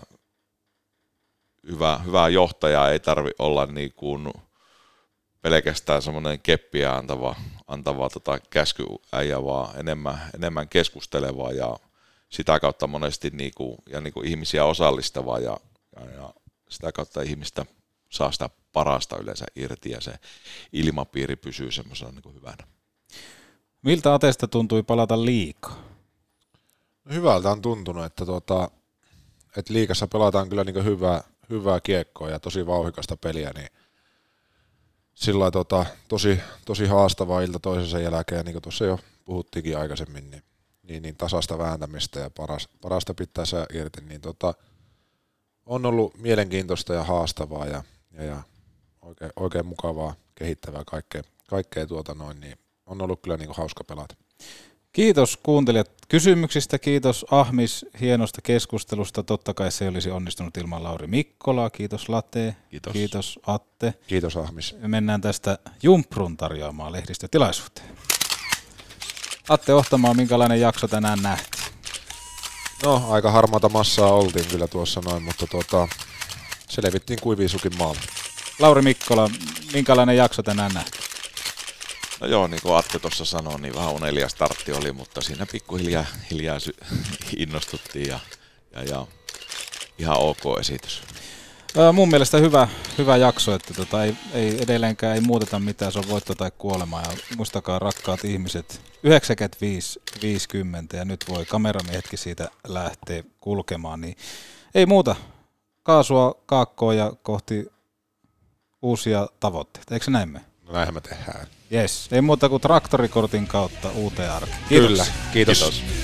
hyvä, hyvä johtaja ei tarvitse olla niin kuin pelkästään semmoinen keppiä antava, antava tota käskyäijä, vaan enemmän, enemmän keskusteleva ja sitä kautta monesti niin kuin, ja niin kuin ihmisiä osallistava ja, ja, ja sitä kautta ihmistä saa sitä parasta yleensä irti ja se ilmapiiri pysyy semmoisena niin kuin hyvänä. Miltä Atesta tuntui palata liikaa? No hyvältä on tuntunut, että, tuota, että liigassa pelataan kyllä niin kuin hyvää, hyvää kiekkoa ja tosi vauhikasta peliä, niin sillä tota, tosi, tosi haastava ilta toisensa jälkeen, niin kuin tuossa jo puhuttiinkin aikaisemmin, niin, niin, niin tasasta vääntämistä ja paras, parasta pitää sää irti, niin tota, on ollut mielenkiintoista ja haastavaa ja, ja, ja oikein, oikein mukavaa, kehittävää kaikkea, kaikkea tuota noin, niin on ollut kyllä niin kuin hauska pelata. Kiitos kuuntelijat kysymyksistä, kiitos Ahmis hienosta keskustelusta. Totta kai se olisi onnistunut ilman Lauri Mikkolaa. Kiitos Late, Kiitos, kiitos Atte. Kiitos Ahmis. Me mennään tästä Jumprun tarjoamaan lehdistötilaisuuteen. Atte Ohtamaa, minkälainen jakso tänään nähtiin? No, aika harmaata massaa oltiin kyllä tuossa noin, mutta tuota, selvittiin Kuivisukin maalle. Lauri Mikkola, minkälainen jakso tänään nähtiin? No joo, niin kuin Atte tuossa sanoi, niin vähän unelia startti oli, mutta siinä pikkuhiljaa hiljaa sy- innostuttiin ja, ja, ja ihan ok esitys. Ää, mun mielestä hyvä, hyvä jakso, että tota, ei, ei edelleenkään ei muuteta mitään, se on voitto tai kuolema. Ja muistakaa rakkaat ihmiset, yhdeksänkymmentäviisi viisikymmentä ja nyt voi kameramiehetkin siitä lähteä kulkemaan, niin ei muuta. Kaasua kaakkoon ja kohti uusia tavoitteita, eikö se näin mene? No näinhän me tehdään. Jes, ei muuta kuin traktorikortin kautta uuteen arkeen. Kiitos. Kyllä, kiitos. Kiitos.